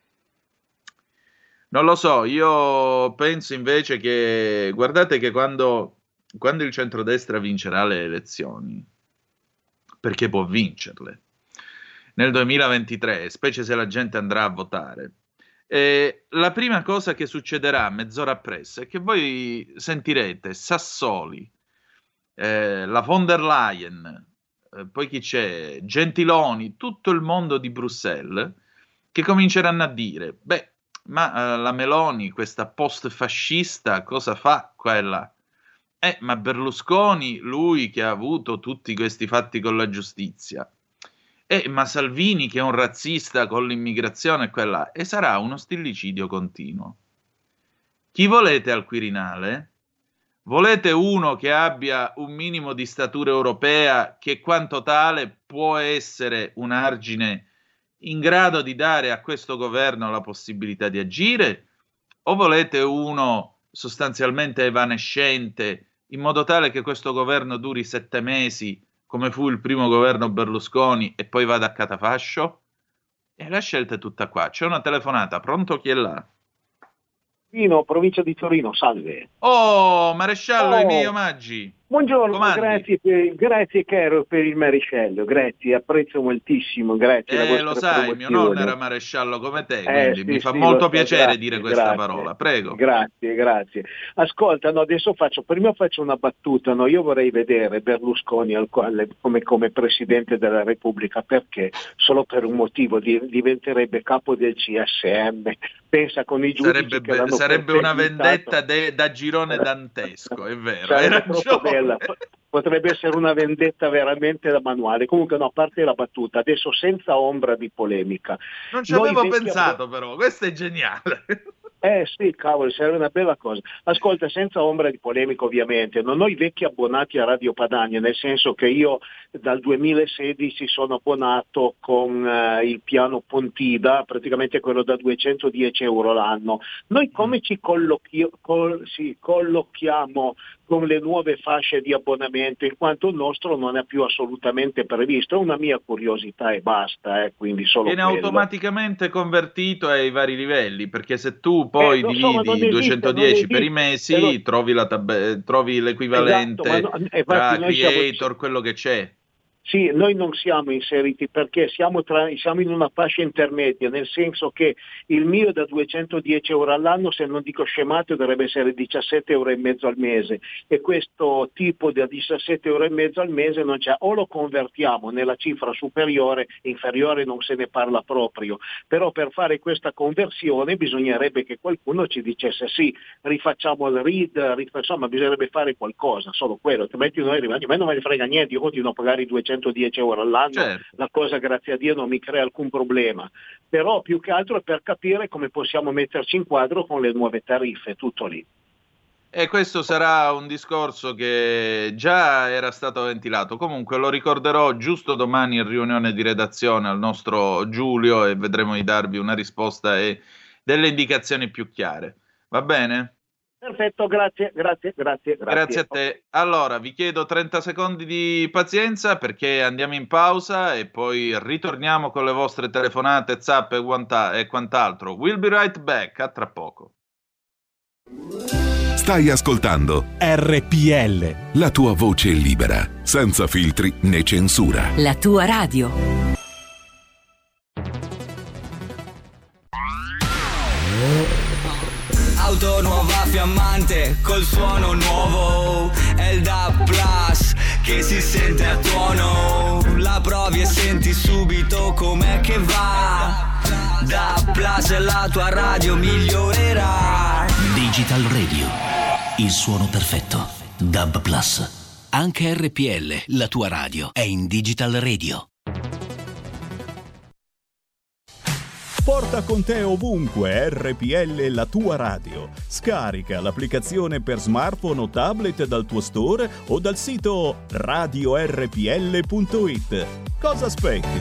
Non lo so, io penso invece che, guardate che quando, quando il centrodestra vincerà le elezioni, perché può vincerle, nel duemilaventitré, specie se la gente andrà a votare, eh, la prima cosa che succederà mezz'ora appresso è che voi sentirete Sassoli, eh, la von der Leyen, eh, poi chi c'è, Gentiloni, tutto il mondo di Bruxelles, che cominceranno a dire, beh, ma uh, la Meloni, questa post-fascista, cosa fa quella? Eh, ma Berlusconi, lui che ha avuto tutti questi fatti con la giustizia, Eh, ma Salvini, che è un razzista con l'immigrazione, quella, e sarà uno stillicidio continuo. Chi volete al Quirinale? Volete uno che abbia un minimo di statura europea, che quanto tale può essere un argine in grado di dare a questo governo la possibilità di agire? O volete uno sostanzialmente evanescente, in modo tale che questo governo duri sette mesi, come fu il primo governo Berlusconi, e poi vada a catafascio? E la scelta è tutta qua. C'è una telefonata, pronto, chi è là? Torino, provincia di Torino, salve. Oh, maresciallo, oh. i miei omaggi. Buongiorno, Comandi. grazie, per, grazie caro per il maresciallo, grazie, apprezzo moltissimo, grazie. Eh, la lo vostra sai, promozione. mio nonno era maresciallo come te, Eh, quindi sì, mi fa sì, molto so, piacere grazie, dire questa grazie, parola, prego. Grazie, grazie. Ascolta, no, adesso faccio, prima faccio una battuta, no, io vorrei vedere Berlusconi al, al, come, come Presidente della Repubblica, perché solo per un motivo di, diventerebbe capo del C S M, pensa con i giudici Sarebbe, che l'hanno sarebbe una perseguitato. vendetta de, da girone dantesco, è vero, hai Sarebbe troppo ragione. bella. Potrebbe essere una vendetta veramente da manuale. Comunque no, a parte la battuta, adesso senza ombra di polemica. Non ci Noi avevo vecchi pensato abbo- però, questo è geniale. Eh sì, cavolo, sarebbe una bella cosa. Ascolta, senza ombra di polemica ovviamente, non noi vecchi abbonati a Radio Padania, nel senso che io dal duemilasedici sono abbonato con eh, il piano Pontida, praticamente quello da duecentodieci euro l'anno. Noi come ci collochi- col- sì, collochiamo con le nuove fasce di abbonamento, in quanto il nostro non è più assolutamente previsto? È una mia curiosità e basta, eh, quindi solo Viene quello. automaticamente convertito ai vari livelli, perché se tu poi Eh, lo so, ma non dividi esiste, duecentodieci non per i esiste. mesi, Però- trovi, la tab- trovi l'equivalente Esatto, ma no- infatti tra noi siamo- creator, quello che c'è. Sì, noi non siamo inseriti perché siamo, tra, siamo in una fascia intermedia, nel senso che il mio da duecentodieci euro all'anno, se non dico scemato, dovrebbe essere diciassette euro e mezzo al mese, e questo tipo da diciassette euro e mezzo al mese non c'è, o lo convertiamo nella cifra superiore, inferiore non se ne parla proprio, però per fare questa conversione bisognerebbe che qualcuno ci dicesse sì, rifacciamo il read, rifacciamo, ma bisognerebbe fare qualcosa, solo quello, altrimenti noi rimaniamo, a me non me ne frega niente, io continuo a pagare i duecentodieci euro all'anno, Certo. la cosa grazie a Dio non mi crea alcun problema, però più che altro è per capire come possiamo metterci in quadro con le nuove tariffe, tutto lì. E questo sarà un discorso che già era stato ventilato. Comunque lo ricorderò giusto domani in riunione di redazione al nostro Giulio e vedremo di darvi una risposta e delle indicazioni più chiare. Va bene? Perfetto, grazie, grazie, grazie. Grazie, Grazie a te. Allora, vi chiedo trenta secondi di pazienza perché andiamo in pausa e poi ritorniamo con le vostre telefonate, zap e, quanta- e quant'altro. We'll be right back, a tra poco. Stai ascoltando R P L, la tua voce libera, senza filtri né censura. La tua radio. Auto nuova fiammante col suono nuovo, è il D A B Plus che si sente a tuono, la provi e senti subito com'è che va. D A B Plus è la tua radio migliorerà. Digital Radio, il suono perfetto. D A B Plus. Anche R P L, la tua radio, è in Digital Radio. Porta con te ovunque R P L, la tua radio. Scarica l'applicazione per smartphone o tablet dal tuo store o dal sito radio erre pi elle punto it. Cosa aspetti?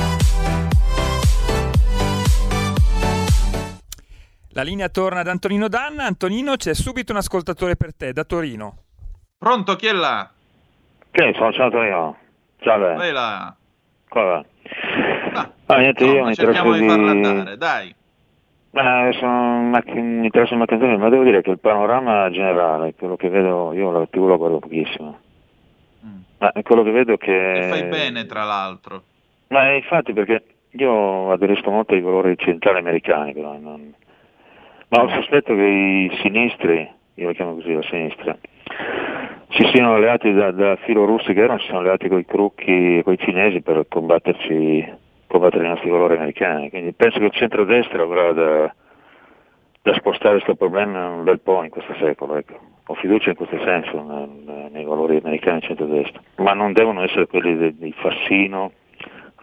La linea torna ad Antonino Danna. Antonino, c'è subito un ascoltatore per te da Torino. Pronto, chi è là? Che sono ciao Antonino. Ciao. Vai là. Cosa? Ah, ah, niente, no, io mi cerchiamo interesso di farla di... andare, dai. Eh, sono mac... mi interessa il macchinario, ma devo dire che il panorama generale, quello che vedo, io la tivù la guardo pochissimo, mm. ma quello che vedo che... E fai bene, tra l'altro. Ma infatti, perché io aderisco molto ai valori centrali americani, però non... ma ho il sospetto che i sinistri, io lo chiamo così, la sinistra, si siano alleati da, da filo russi che erano, si sono alleati con i trucchi e con i cinesi per combatterci, combattere i nostri valori americani. Quindi penso che il centrodestra avrà da, da spostare questo problema un bel po' in questo secolo. Ecco. Ho fiducia in questo senso nel, nei valori americani del centrodestra, ma non devono essere quelli di, di Fassino,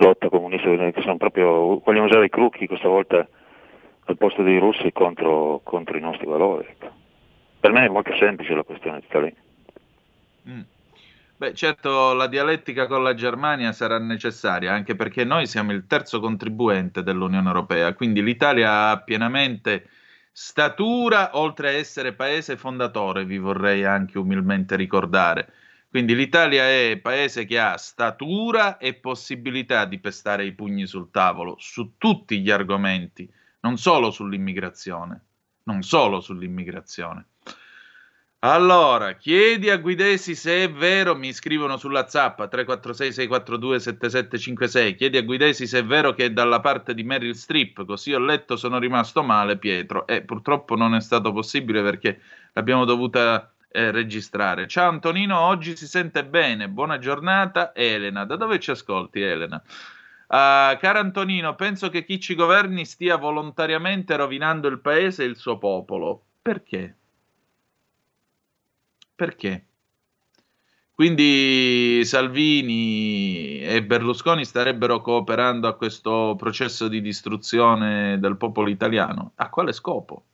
lotta comunista, che sono proprio, vogliono usare i crocchi questa volta al posto dei russi contro, contro i nostri valori. Per me è molto semplice la questione di Stalin. Mm. Beh, certo, la dialettica con la Germania sarà necessaria, anche perché noi siamo il terzo contribuente dell'Unione Europea, quindi l'Italia ha pienamente statura, oltre a essere paese fondatore, vi vorrei anche umilmente ricordare. Quindi l'Italia è paese che ha statura e possibilità di pestare i pugni sul tavolo su tutti gli argomenti, non solo sull'immigrazione, non solo sull'immigrazione. Allora, chiedi a Guidesi se è vero, mi scrivono sulla zappa tre quattro sei sei quattro due sette sette cinque sei, chiedi a Guidesi se è vero che è dalla parte di Meryl Streep, così ho letto, sono rimasto male, Pietro, e purtroppo non è stato possibile perché l'abbiamo dovuta eh, registrare. Ciao Antonino, oggi si sente bene, buona giornata. Elena, da dove ci ascolti Elena? Uh, caro Antonino, penso che chi ci governi stia volontariamente rovinando il paese e il suo popolo. Perché? Perché? Quindi Salvini e Berlusconi starebbero cooperando a questo processo di distruzione del popolo italiano? A quale scopo?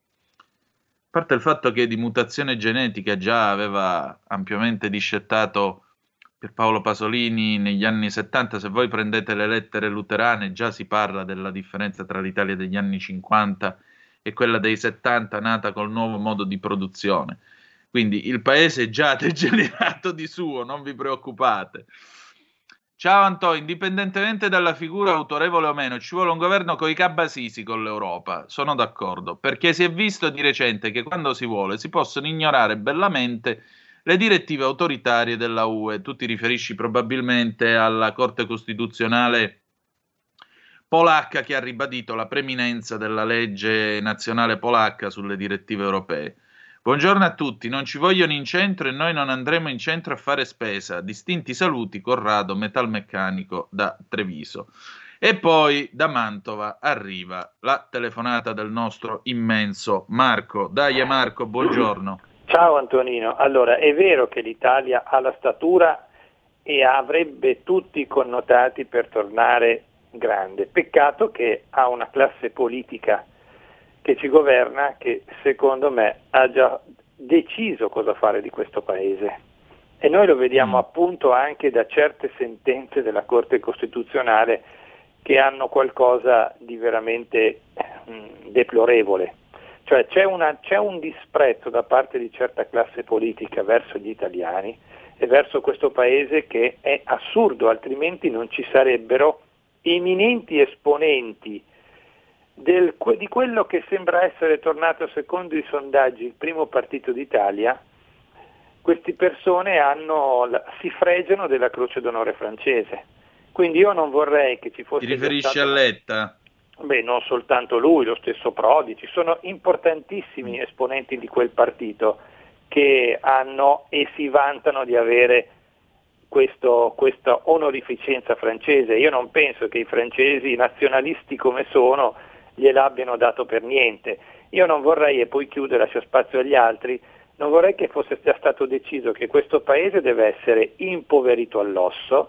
A parte il fatto che di mutazione genetica già aveva ampiamente discettato Pierpaolo Pasolini negli anni settanta, se voi prendete le lettere luterane già si parla della differenza tra l'Italia degli anni cinquanta e quella dei settanta nata col nuovo modo di produzione. Quindi il paese è già degenerato di suo, non vi preoccupate. Ciao Anto, indipendentemente dalla figura autorevole o meno, ci vuole un governo coi cabasisi con l'Europa, sono d'accordo, perché si è visto di recente che quando si vuole si possono ignorare bellamente le direttive autoritarie della U E. Tu ti riferisci probabilmente alla Corte Costituzionale polacca che ha ribadito la preminenza della legge nazionale polacca sulle direttive europee. Buongiorno a tutti, non ci vogliono in centro e noi non andremo in centro a fare spesa. Distinti saluti, Corrado, metalmeccanico da Treviso. E poi da Mantova arriva la telefonata del nostro immenso Marco. Dai Marco, buongiorno. Ciao Antonino, allora è vero che l'Italia ha la statura e avrebbe tutti i connotati per tornare grande, peccato che ha una classe politica che ci governa, che secondo me ha già deciso cosa fare di questo paese. E noi lo vediamo appunto anche da certe sentenze della Corte Costituzionale che hanno qualcosa di veramente mh, deplorevole. Cioè c'è, una, c'è un disprezzo da parte di certa classe politica verso gli italiani e verso questo paese che è assurdo, altrimenti non ci sarebbero eminenti esponenti Del, di quello che sembra essere tornato secondo i sondaggi il primo partito d'Italia. Queste persone hanno, si fregiano della Croce d'Onore francese, quindi io non vorrei che ci fosse... Ti riferisci stato... a Letta? Beh, non soltanto lui, lo stesso Prodi, ci sono importantissimi esponenti di quel partito che hanno e si vantano di avere questo, questa onorificenza francese. Io non penso che i francesi, nazionalisti come sono, gliel'abbiano dato per niente. Io non vorrei, e poi chiudo e lascio spazio agli altri, non vorrei che fosse già stato deciso che questo paese deve essere impoverito all'osso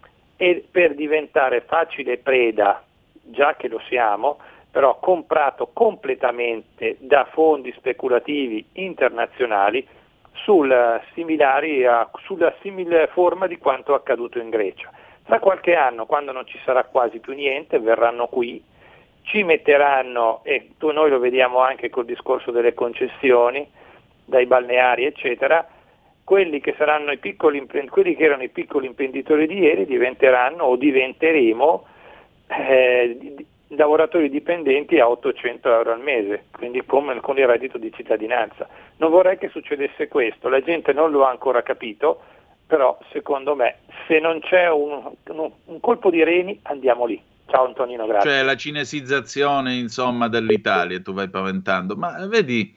e per diventare facile preda, già che lo siamo, però comprato completamente da fondi speculativi internazionali sul similari a, sulla simile forma di quanto accaduto in Grecia. Tra qualche anno, quando non ci sarà quasi più niente, verranno qui, ci metteranno, e tu, noi lo vediamo anche col discorso delle concessioni, dai balneari eccetera, quelli che saranno i piccoli, quelli che erano i piccoli imprenditori di ieri diventeranno o diventeremo eh, lavoratori dipendenti a ottocento euro al mese, quindi come con il reddito di cittadinanza. Non vorrei che succedesse questo, la gente non lo ha ancora capito, però secondo me se non c'è un, un, un colpo di reni andiamo lì. Ciao Antonino, grazie. Cioè la cinesizzazione, insomma, dell'Italia, tu vai paventando, ma vedi,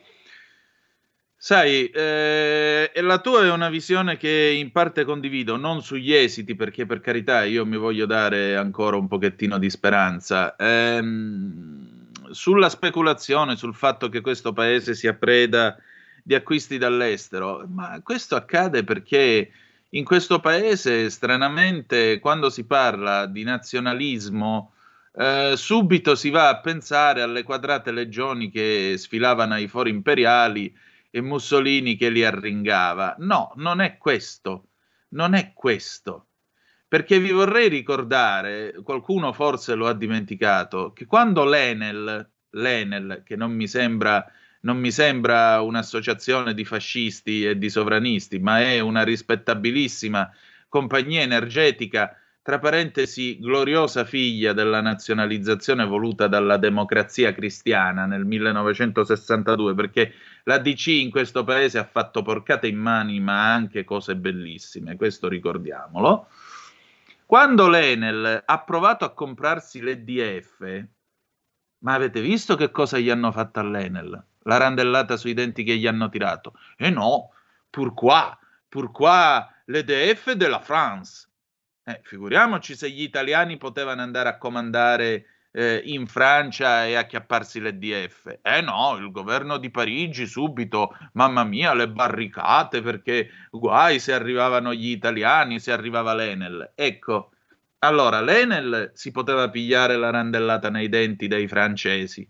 sai, eh, la tua è una visione che in parte condivido, non sugli esiti, perché per carità io mi voglio dare ancora un pochettino di speranza, ehm, sulla speculazione, sul fatto che questo paese sia preda di acquisti dall'estero, ma questo accade perché in questo paese, stranamente, quando si parla di nazionalismo, eh, subito si va a pensare alle quadrate legioni che sfilavano ai fori imperiali e Mussolini che li arringava. No, non è questo, non è questo. Perché vi vorrei ricordare, qualcuno forse lo ha dimenticato, che quando l'Enel, l'Enel, che non mi sembra... non mi sembra un'associazione di fascisti e di sovranisti, ma è una rispettabilissima compagnia energetica, tra parentesi, gloriosa figlia della nazionalizzazione voluta dalla Democrazia Cristiana nel millenovecentosessantadue, perché la D C in questo paese ha fatto porcate in mani, ma anche cose bellissime, questo ricordiamolo. Quando l'Enel ha provato a comprarsi l'E D F, ma avete visto che cosa gli hanno fatto all'Enel? La randellata sui denti che gli hanno tirato. E eh no, pourquoi? Pourquoi l'E D F della France? Eh, figuriamoci se gli italiani potevano andare a comandare eh, in Francia e acchiapparsi l'E D F. Eh no, il governo di Parigi subito, mamma mia, le barricate, perché guai se arrivavano gli italiani, se arrivava l'Enel. Ecco, allora l'Enel si poteva pigliare la randellata nei denti dei francesi.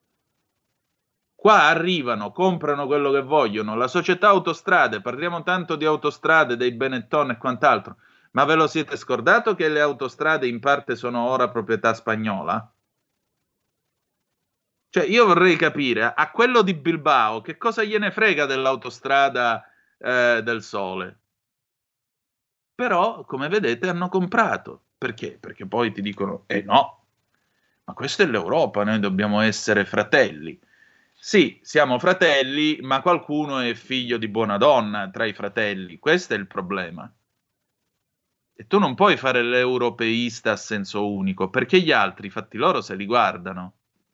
Qua arrivano, comprano quello che vogliono, la società autostrade, parliamo tanto di autostrade, dei Benetton e quant'altro, ma ve lo siete scordato che le autostrade in parte sono ora proprietà spagnola? Cioè io vorrei capire, a quello di Bilbao che cosa gliene frega dell'autostrada eh, del Sole? Però, come vedete, hanno comprato. Perché? Perché poi ti dicono, eh no, ma questa è l'Europa, noi dobbiamo essere fratelli. Sì, siamo fratelli, ma qualcuno è figlio di buona donna tra i fratelli. Questo è il problema. E tu non puoi fare l'europeista a senso unico, perché gli altri, i fatti loro, se li guardano.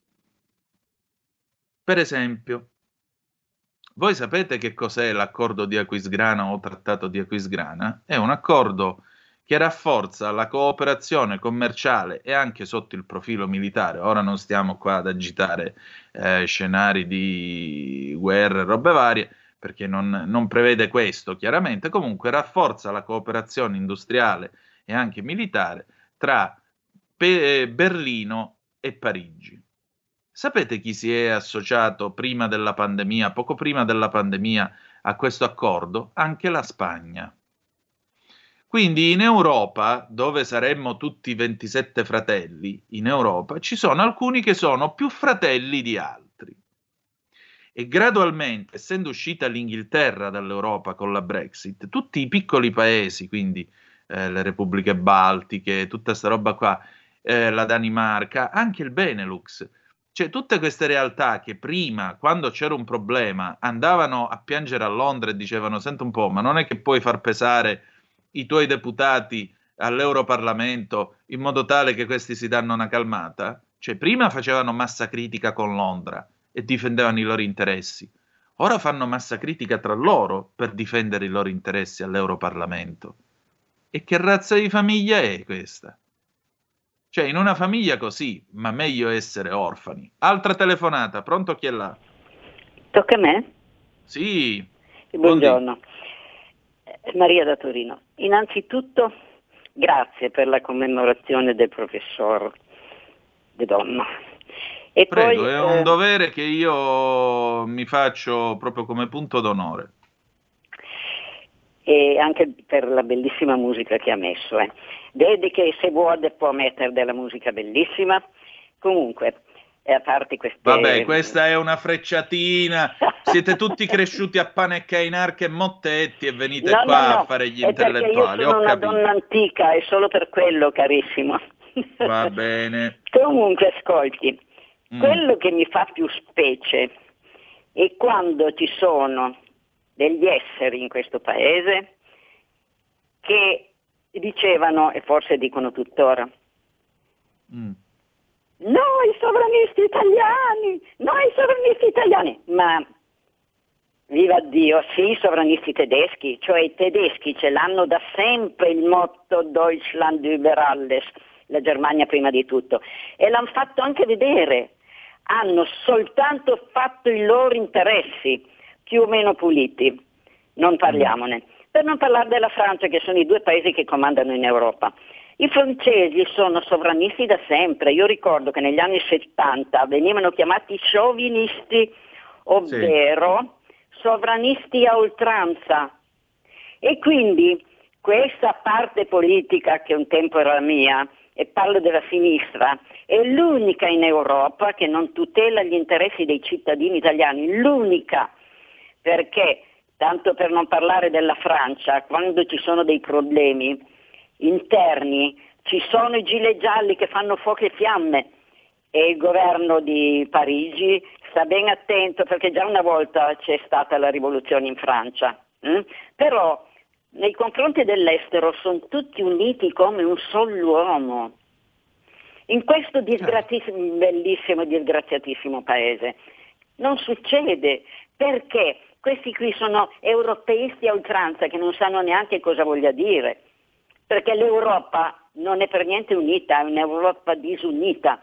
Per esempio, voi sapete che cos'è l'accordo di Aquisgrana o trattato di Aquisgrana? È un accordo che rafforza la cooperazione commerciale e anche sotto il profilo militare. Ora non stiamo qua ad agitare eh, scenari di guerre e robe varie, perché non, non prevede questo chiaramente. Comunque rafforza la cooperazione industriale e anche militare tra Pe- Berlino e Parigi. Sapete chi si è associato prima della pandemia, poco prima della pandemia, a questo accordo? Anche la Spagna. Quindi in Europa, dove saremmo tutti ventisette fratelli, in Europa ci sono alcuni che sono più fratelli di altri. E gradualmente, essendo uscita l'Inghilterra dall'Europa con la Brexit, tutti i piccoli paesi, quindi eh, le repubbliche baltiche, tutta sta roba qua, eh, la Danimarca, anche il Benelux, cioè tutte queste realtà che prima, quando c'era un problema, andavano a piangere a Londra e dicevano, senta un po', ma non è che puoi far pesare i tuoi deputati all'Europarlamento in modo tale che questi si danno una calmata? Cioè prima facevano massa critica con Londra e difendevano i loro interessi, ora fanno massa critica tra loro per difendere i loro interessi all'Europarlamento. E che razza di famiglia è questa? Cioè in una famiglia così, ma meglio essere orfani. Altra telefonata, pronto, chi è là? Tocca a me? Sì. Buongiorno. Maria da Torino. Innanzitutto grazie per la commemorazione del professor De Donno. E Prego, poi, è un eh, dovere che io mi faccio proprio come punto d'onore. E anche per la bellissima musica che ha messo. Eh. Vedi che se vuole può mettere della musica bellissima. Comunque, e a parte queste... Vabbè, questa è una frecciatina. Siete tutti cresciuti a pane e cainarche e mottetti e venite no, qua no, no. a fare gli è intellettuali. Perché io sono Ho una capito. donna antica, è solo per quello, carissimo. Va bene. Comunque, ascolti, Mm. quello che mi fa più specie è quando ci sono degli esseri in questo paese che dicevano, e forse dicono tuttora, Mm. noi sovranisti italiani, noi sovranisti italiani, ma viva Dio, sì, sovranisti tedeschi, cioè i tedeschi ce l'hanno da sempre il motto Deutschland über alles, la Germania prima di tutto, e l'hanno fatto anche vedere, hanno soltanto fatto i loro interessi, più o meno puliti, non parliamone, Per non parlare della Francia, che sono i due paesi che comandano in Europa. I francesi sono sovranisti da sempre. Io ricordo che negli anni settanta venivano chiamati sciovinisti, ovvero sì. sovranisti a oltranza. E quindi questa parte politica, che un tempo era la mia, e parlo della sinistra, è l'unica in Europa che non tutela gli interessi dei cittadini italiani, l'unica, perché, tanto per non parlare della Francia, quando ci sono dei problemi interni, ci sono i gilet gialli che fanno fuoco e fiamme e il governo di Parigi sta ben attento, perché già una volta c'è stata la rivoluzione in Francia, hm? Però nei confronti dell'estero sono tutti uniti come un solo uomo. In questo disgraziatissimo, bellissimo e disgraziatissimo paese non succede, perché questi qui sono europeisti a oltranza che non sanno neanche cosa voglia dire, perché l'Europa non è per niente unita, è un'Europa disunita,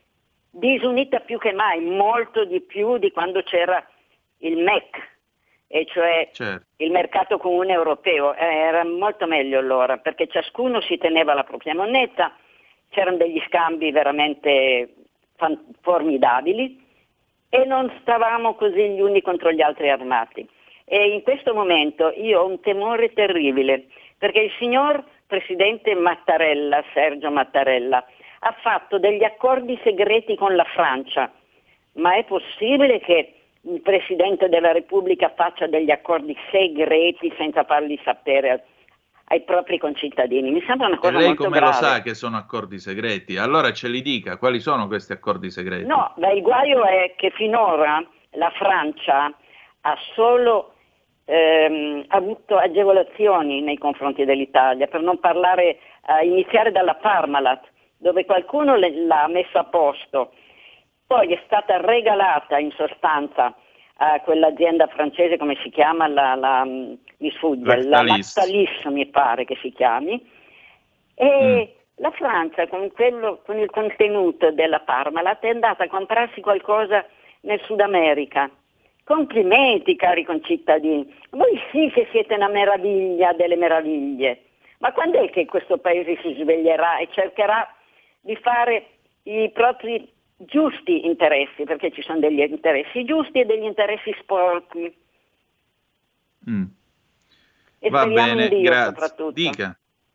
disunita più che mai, molto di più di quando c'era il M E C, e cioè certo. il mercato comune europeo. Eh, era molto meglio allora, perché ciascuno si teneva la propria moneta, c'erano degli scambi veramente fan- formidabili e non stavamo così gli uni contro gli altri armati. E in questo momento io ho un temore terribile, perché il signor presidente Mattarella, Sergio Mattarella, ha fatto degli accordi segreti con la Francia. Ma è possibile che il Presidente della Repubblica faccia degli accordi segreti senza farli sapere ai propri concittadini? Mi sembra una cosa molto molto grave. grave. E lei come lo sa che sono accordi segreti? Allora ce li dica, quali sono questi accordi segreti? No, beh, il guaio è che finora la Francia ha solo ehm, avuto agevolazioni nei confronti dell'Italia, per non parlare, a iniziare dalla Parmalat, dove qualcuno le, l'ha messa a posto. Poi è stata regalata in sostanza a quell'azienda francese, come si chiama, la, la, mi sfugge, Lactalis. la Lactalis mi pare che si chiami, e mm. la Francia con, quello, con il contenuto della Parmalat è andata a comprarsi qualcosa nel Sud America. Complimenti, cari concittadini, voi sì che siete una meraviglia delle meraviglie, ma quando è che questo paese si sveglierà e cercherà di fare i propri giusti interessi, perché ci sono degli interessi giusti e degli interessi sporchi. Mm. E Va bene, in Dio, grazie. Soprattutto. Dica.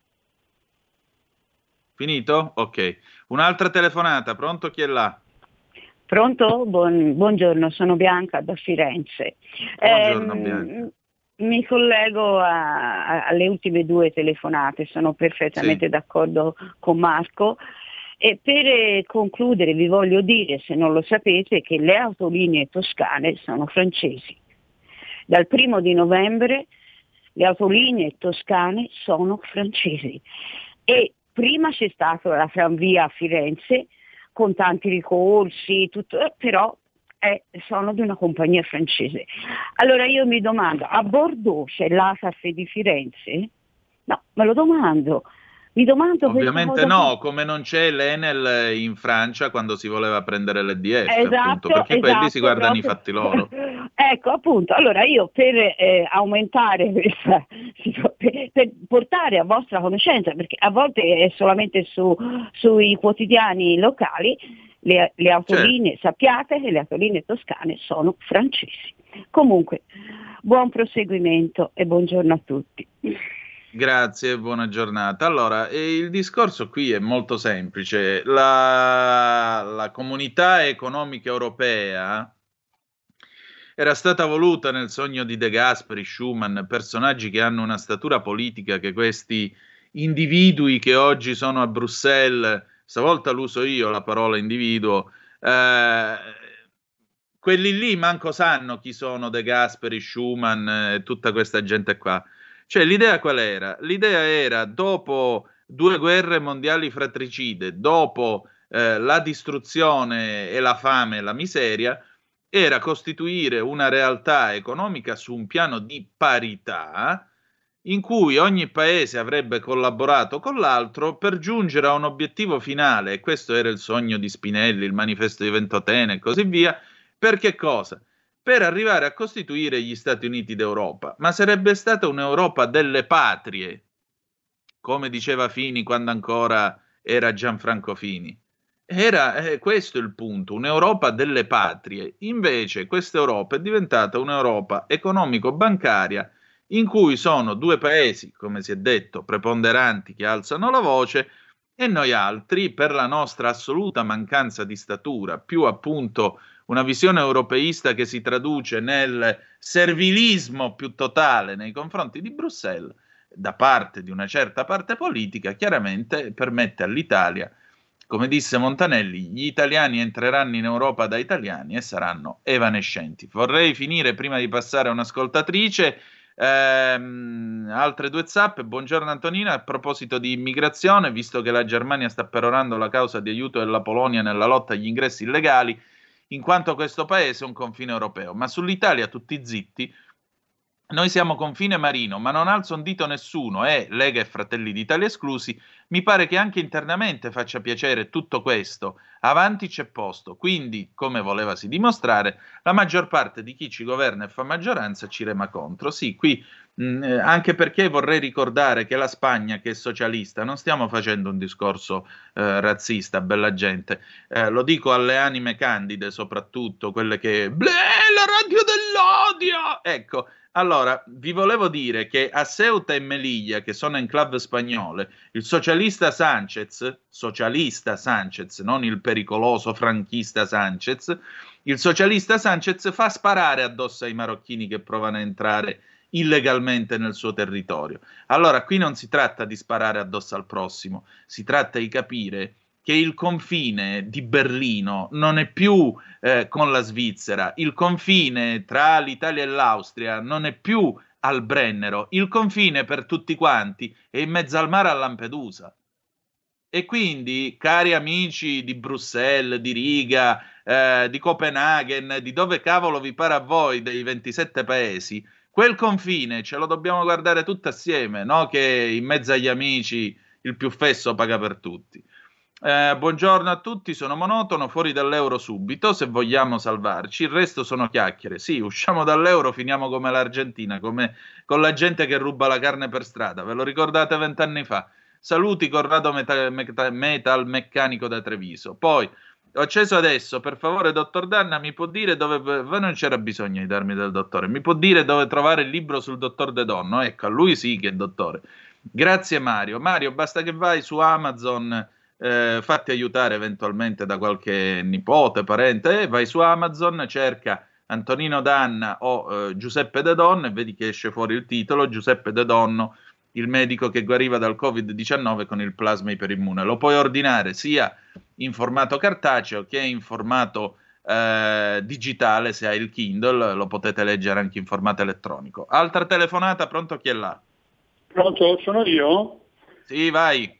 Finito? Ok. Un'altra telefonata, pronto? Chi è là? Pronto? Buon, buongiorno, sono Bianca da Firenze. Buongiorno eh, Bianca. Mi collego a, a, alle ultime due telefonate, sono perfettamente sì. d'accordo con Marco. E per concludere vi voglio dire, se non lo sapete, che le autolinee toscane sono francesi. Dal primo di novembre le autolinee toscane sono francesi. E prima c'è stata la tranvia a Firenze con tanti ricorsi, tutto, però eh, sono di una compagnia francese. Allora io mi domando, a Bordeaux c'è l'A S A F di Firenze? No, me lo domando. Mi domando Ovviamente no, come non c'è l'Enel in Francia quando si voleva prendere l'E D F, esatto, appunto, perché esatto, quelli si guardano proprio. i fatti loro. Ecco, appunto, allora io per eh, aumentare questa, per, per portare a vostra conoscenza, perché a volte è solamente su, sui quotidiani locali, le, le autolinee, certo. sappiate che le autolinee toscane sono francesi. Comunque, buon proseguimento e buongiorno a tutti. Grazie, buona giornata. Allora, eh, il discorso qui è molto semplice. La, la comunità economica europea era stata voluta nel sogno di De Gasperi, Schuman, personaggi che hanno una statura politica che questi individui che oggi sono a Bruxelles, stavolta l'uso io la parola individuo, eh, quelli lì manco sanno chi sono De Gasperi, Schuman e eh, tutta questa gente qua. Cioè l'idea qual era? L'idea era, dopo due guerre mondiali fratricide, dopo eh, la distruzione e la fame e la miseria, era costituire una realtà economica su un piano di parità in cui ogni paese avrebbe collaborato con l'altro per giungere a un obiettivo finale, e questo era il sogno di Spinelli, il manifesto di Ventotene e così via. Per che cosa? per arrivare a costituire gli Stati Uniti d'Europa. Ma sarebbe stata un'Europa delle patrie, come diceva Fini quando ancora era Gianfranco Fini. Era eh, questo il punto, un'Europa delle patrie. Invece questa Europa è diventata un'Europa economico-bancaria in cui sono due paesi, come si è detto, preponderanti che alzano la voce, e noi altri, per la nostra assoluta mancanza di statura, più appunto una visione europeista che si traduce nel servilismo più totale nei confronti di Bruxelles, da parte di una certa parte politica, chiaramente permette all'Italia, come disse Montanelli, gli italiani entreranno in Europa da italiani e saranno evanescenti. Vorrei finire prima di passare a un'ascoltatrice. Ehm, altre due zappe. Buongiorno Antonina, a proposito di immigrazione, visto che la Germania sta perorando la causa di aiuto della Polonia nella lotta agli ingressi illegali, in quanto questo paese è un confine europeo, ma sull'Italia tutti zitti. Noi siamo confine marino, ma non alza un dito nessuno, e Lega e Fratelli d'Italia esclusi. Mi pare che anche internamente faccia piacere tutto questo. Avanti c'è posto. Quindi, come volevasi dimostrare, la maggior parte di chi ci governa e fa maggioranza ci rema contro. Sì, qui mh, anche perché vorrei ricordare che la Spagna, che è socialista, non stiamo facendo un discorso eh, razzista, bella gente. Eh, lo dico alle anime candide, soprattutto quelle che bleh, la radio dell'odio! Ecco. Allora, vi volevo dire che a Ceuta e Melilla, che sono enclave spagnole, il socialista Sánchez, socialista Sánchez, non il pericoloso franchista Sánchez, il socialista Sánchez fa sparare addosso ai marocchini che provano a entrare illegalmente nel suo territorio. Allora, qui non si tratta di sparare addosso al prossimo, si tratta di capire che il confine di Berlino non è più eh, con la Svizzera, il confine tra l'Italia e l'Austria non è più al Brennero, il confine per tutti quanti è in mezzo al mare a Lampedusa. E quindi, cari amici di Bruxelles, di Riga, eh, di Copenaghen, di dove cavolo vi pare a voi, dei ventisette paesi, quel confine ce lo dobbiamo guardare tutti assieme, no? Che in mezzo agli amici il più fesso paga per tutti. Eh, buongiorno a tutti, sono monotono, fuori dall'euro subito se vogliamo salvarci, il resto sono chiacchiere. Sì, usciamo dall'euro, finiamo come l'Argentina, come con la gente che ruba la carne per strada, ve lo ricordate vent'anni fa? Saluti Corrado Metal, Metal, Metal Meccanico da Treviso. Poi ho acceso adesso, per favore dottor Danna, mi può dire dove, voi non c'era bisogno di darmi del dottore, mi può dire dove trovare il libro sul dottor De Donno? Ecco, a lui sì che è dottore. Grazie Mario. Mario, basta che vai su Amazon, Eh, fatti aiutare eventualmente da qualche nipote, parente, eh, vai su Amazon, cerca Antonino Danna o eh, Giuseppe De Donno e vedi che esce fuori il titolo, Giuseppe De Donno, il medico che guariva dal covid diciannove con il plasma iperimmune. Lo puoi ordinare sia in formato cartaceo che in formato eh, digitale, se hai il Kindle lo potete leggere anche in formato elettronico. Altra telefonata, pronto, chi è là? Pronto, sono io? Sì, vai.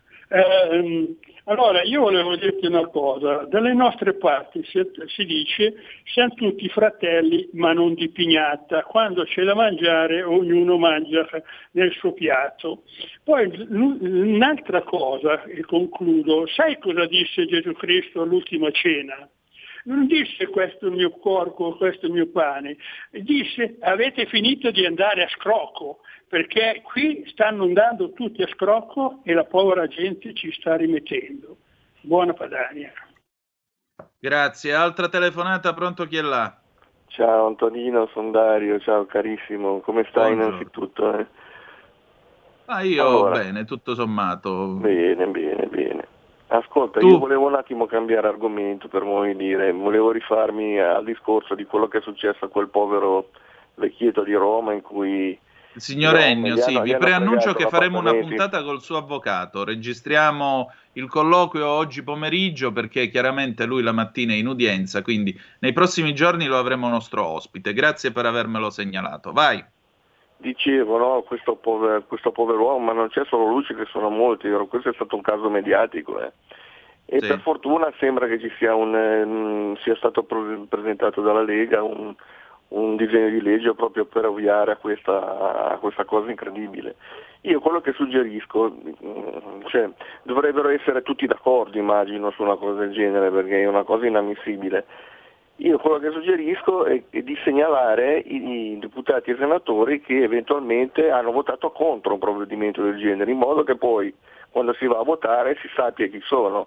Eh, allora, io volevo dirti una cosa, dalle nostre parti si, si dice siamo tutti fratelli ma non di pignata, quando c'è da mangiare ognuno mangia nel suo piatto. Poi un'altra cosa, e concludo, sai cosa disse Gesù Cristo all'ultima cena? Non disse questo è il mio corpo, questo è il mio pane, disse avete finito di andare a scrocco, perché qui stanno andando tutti a scrocco e la povera gente ci sta rimettendo. Buona Padania. Grazie. Altra telefonata, pronto, chi è là? Ciao Antonino, sono Dario, ciao carissimo, come stai? Buongiorno. Innanzitutto? Eh? Ah, io allora, bene, tutto sommato. Bene, bene, bene. Ascolta, tu... io volevo un attimo cambiare argomento, per modo dire, volevo rifarmi al discorso di quello che è successo a quel povero vecchietto di Roma in cui... Il signor Ennio, sì, vi preannuncio che faremo una puntata col suo avvocato, registriamo il colloquio oggi pomeriggio perché chiaramente lui la mattina è in udienza, quindi nei prossimi giorni lo avremo nostro ospite. Grazie per avermelo segnalato, vai. Dicevo, no, questo povero, questo povero uomo, ma non c'è solo lui, che sono molti, questo è stato un caso mediatico, eh. E sì. Per fortuna sembra che ci sia, un, um, sia stato presentato dalla Lega un... un disegno di legge proprio per ovviare a questa, a questa cosa incredibile. Io quello che suggerisco, cioè, dovrebbero essere tutti d'accordo, immagino, su una cosa del genere, perché è una cosa inammissibile. Io quello che suggerisco è, è di segnalare i, i deputati e i senatori che eventualmente hanno votato contro un provvedimento del genere, in modo che poi quando si va a votare si sappia chi sono.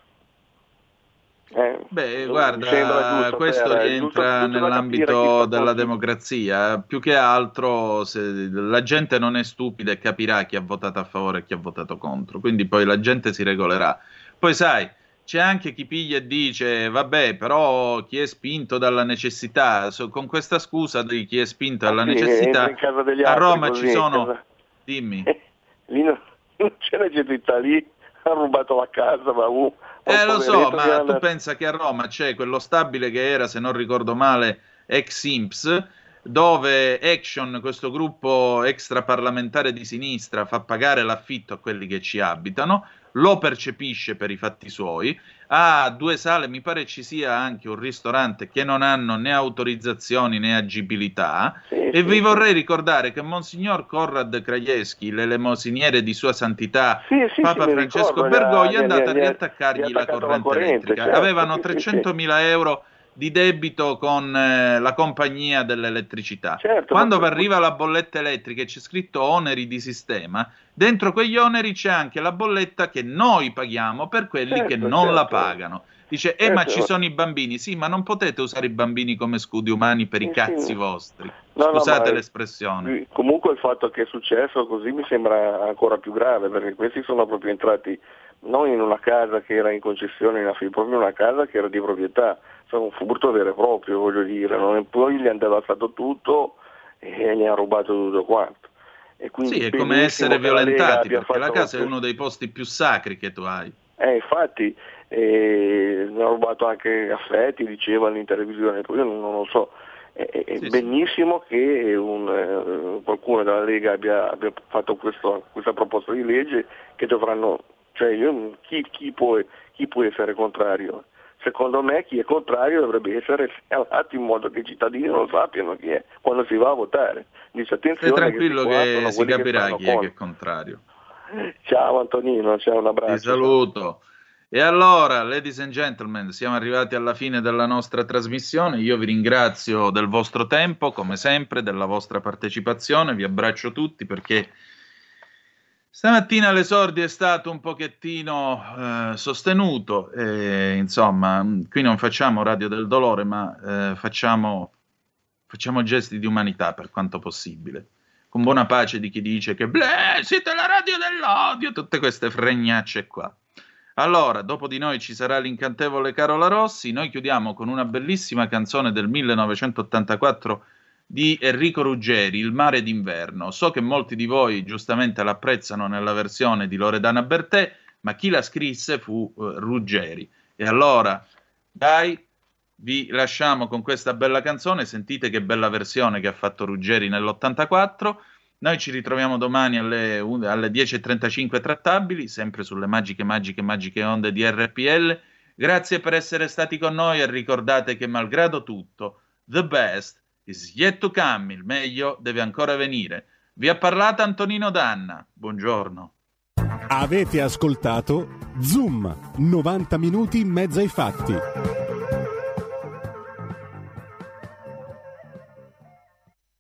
Eh, Beh, guarda, questo per, rientra giusto, giusto nell'ambito della democrazia. Più che altro, se la gente non è stupida e capirà chi ha votato a favore e chi ha votato contro, quindi poi la gente si regolerà. Poi sai, c'è anche chi piglia e dice, vabbè, però chi è spinto dalla necessità, so, con questa scusa di chi è spinto dalla ah, sì, necessità, a a Roma così, ci sono... casa... Dimmi. Eh, lì non, non c'è la gente lì, ha rubato la casa, ma... Uh, Eh, lo so, ma tu andato... pensa che a Roma c'è quello stabile che era, se non ricordo male, ex I N P S, dove Action, questo gruppo extraparlamentare di sinistra, fa pagare l'affitto a quelli che ci abitano, lo percepisce per i fatti suoi, ha due sale, mi pare ci sia anche un ristorante che non hanno né autorizzazioni né agibilità, sì, e sì, vi vorrei sì. ricordare che Monsignor Corrad Krajewski, l'elemosiniere di Sua Santità sì, sì, Papa sì, Francesco ricordo, Bergoglio, è ha, andato ha, a riattaccargli la corrente, la corrente elettrica. Certo, Avevano sì, trecentomila sì. euro di debito con eh, la compagnia dell'elettricità. Certo, Quando ma... arriva la bolletta elettrica e c'è scritto oneri di sistema, dentro quegli oneri c'è anche la bolletta che noi paghiamo per quelli certo, che non certo. la pagano. Dice, eh certo. ma ci sono i bambini. Sì, ma non potete usare i bambini come scudi umani per sì, i cazzi sì. vostri. No, Scusate no, l'espressione. Comunque il fatto che è successo così mi sembra ancora più grave, perché questi sono proprio entrati non in una casa che era in concessione, in affitto, proprio in una casa che era di proprietà. Un furto vero e proprio, voglio dire, non è, poi gli hanno devastato tutto e gli hanno rubato tutto quanto. E quindi sì, è come essere violentati, la perché la casa questo. è uno dei posti più sacri che tu hai. Eh, infatti, eh, mi hanno rubato anche affetti, dicevano in televisione, poi io non, non lo so. È, è sì, benissimo sì. che un, eh, qualcuno della Lega abbia, abbia fatto questo, questa proposta di legge che dovranno, cioè io, chi, chi, può, chi può essere contrario? Secondo me chi è contrario dovrebbe essere segnalato in modo che i cittadini non sappiano chi è quando si va a votare. Dice attenzione, stai tranquillo che, che si capirà che chi è che è contrario. Ciao Antonino, ciao, un abbraccio. Ti saluto. E allora, ladies and gentlemen, siamo arrivati alla fine della nostra trasmissione. Io vi ringrazio del vostro tempo, come sempre, della vostra partecipazione. Vi abbraccio tutti perché stamattina l'esordio è stato un pochettino eh, sostenuto, e, insomma, qui non facciamo radio del dolore, ma eh, facciamo, facciamo gesti di umanità per quanto possibile, con buona pace di chi dice che bleh, siete la radio dell'odio, tutte queste fregnacce qua. Allora, dopo di noi ci sarà l'incantevole Carola Rossi, noi chiudiamo con una bellissima canzone del millenovecentottantaquattro di Enrico Ruggeri, Il mare d'inverno. So che molti di voi giustamente l'apprezzano nella versione di Loredana Bertè, ma chi la scrisse fu uh, Ruggeri. E allora, dai, vi lasciamo con questa bella canzone, sentite che bella versione che ha fatto Ruggeri nell'ottantaquattro. Noi ci ritroviamo domani alle, alle dieci e trentacinque trattabili, sempre sulle magiche, magiche, magiche onde di R P L. Grazie per essere stati con noi e ricordate che malgrado tutto, the best is yet to come, il meglio deve ancora venire. Vi ha parlato Antonino Danna, buongiorno. Avete ascoltato Zoom, novanta minuti in mezzo ai fatti.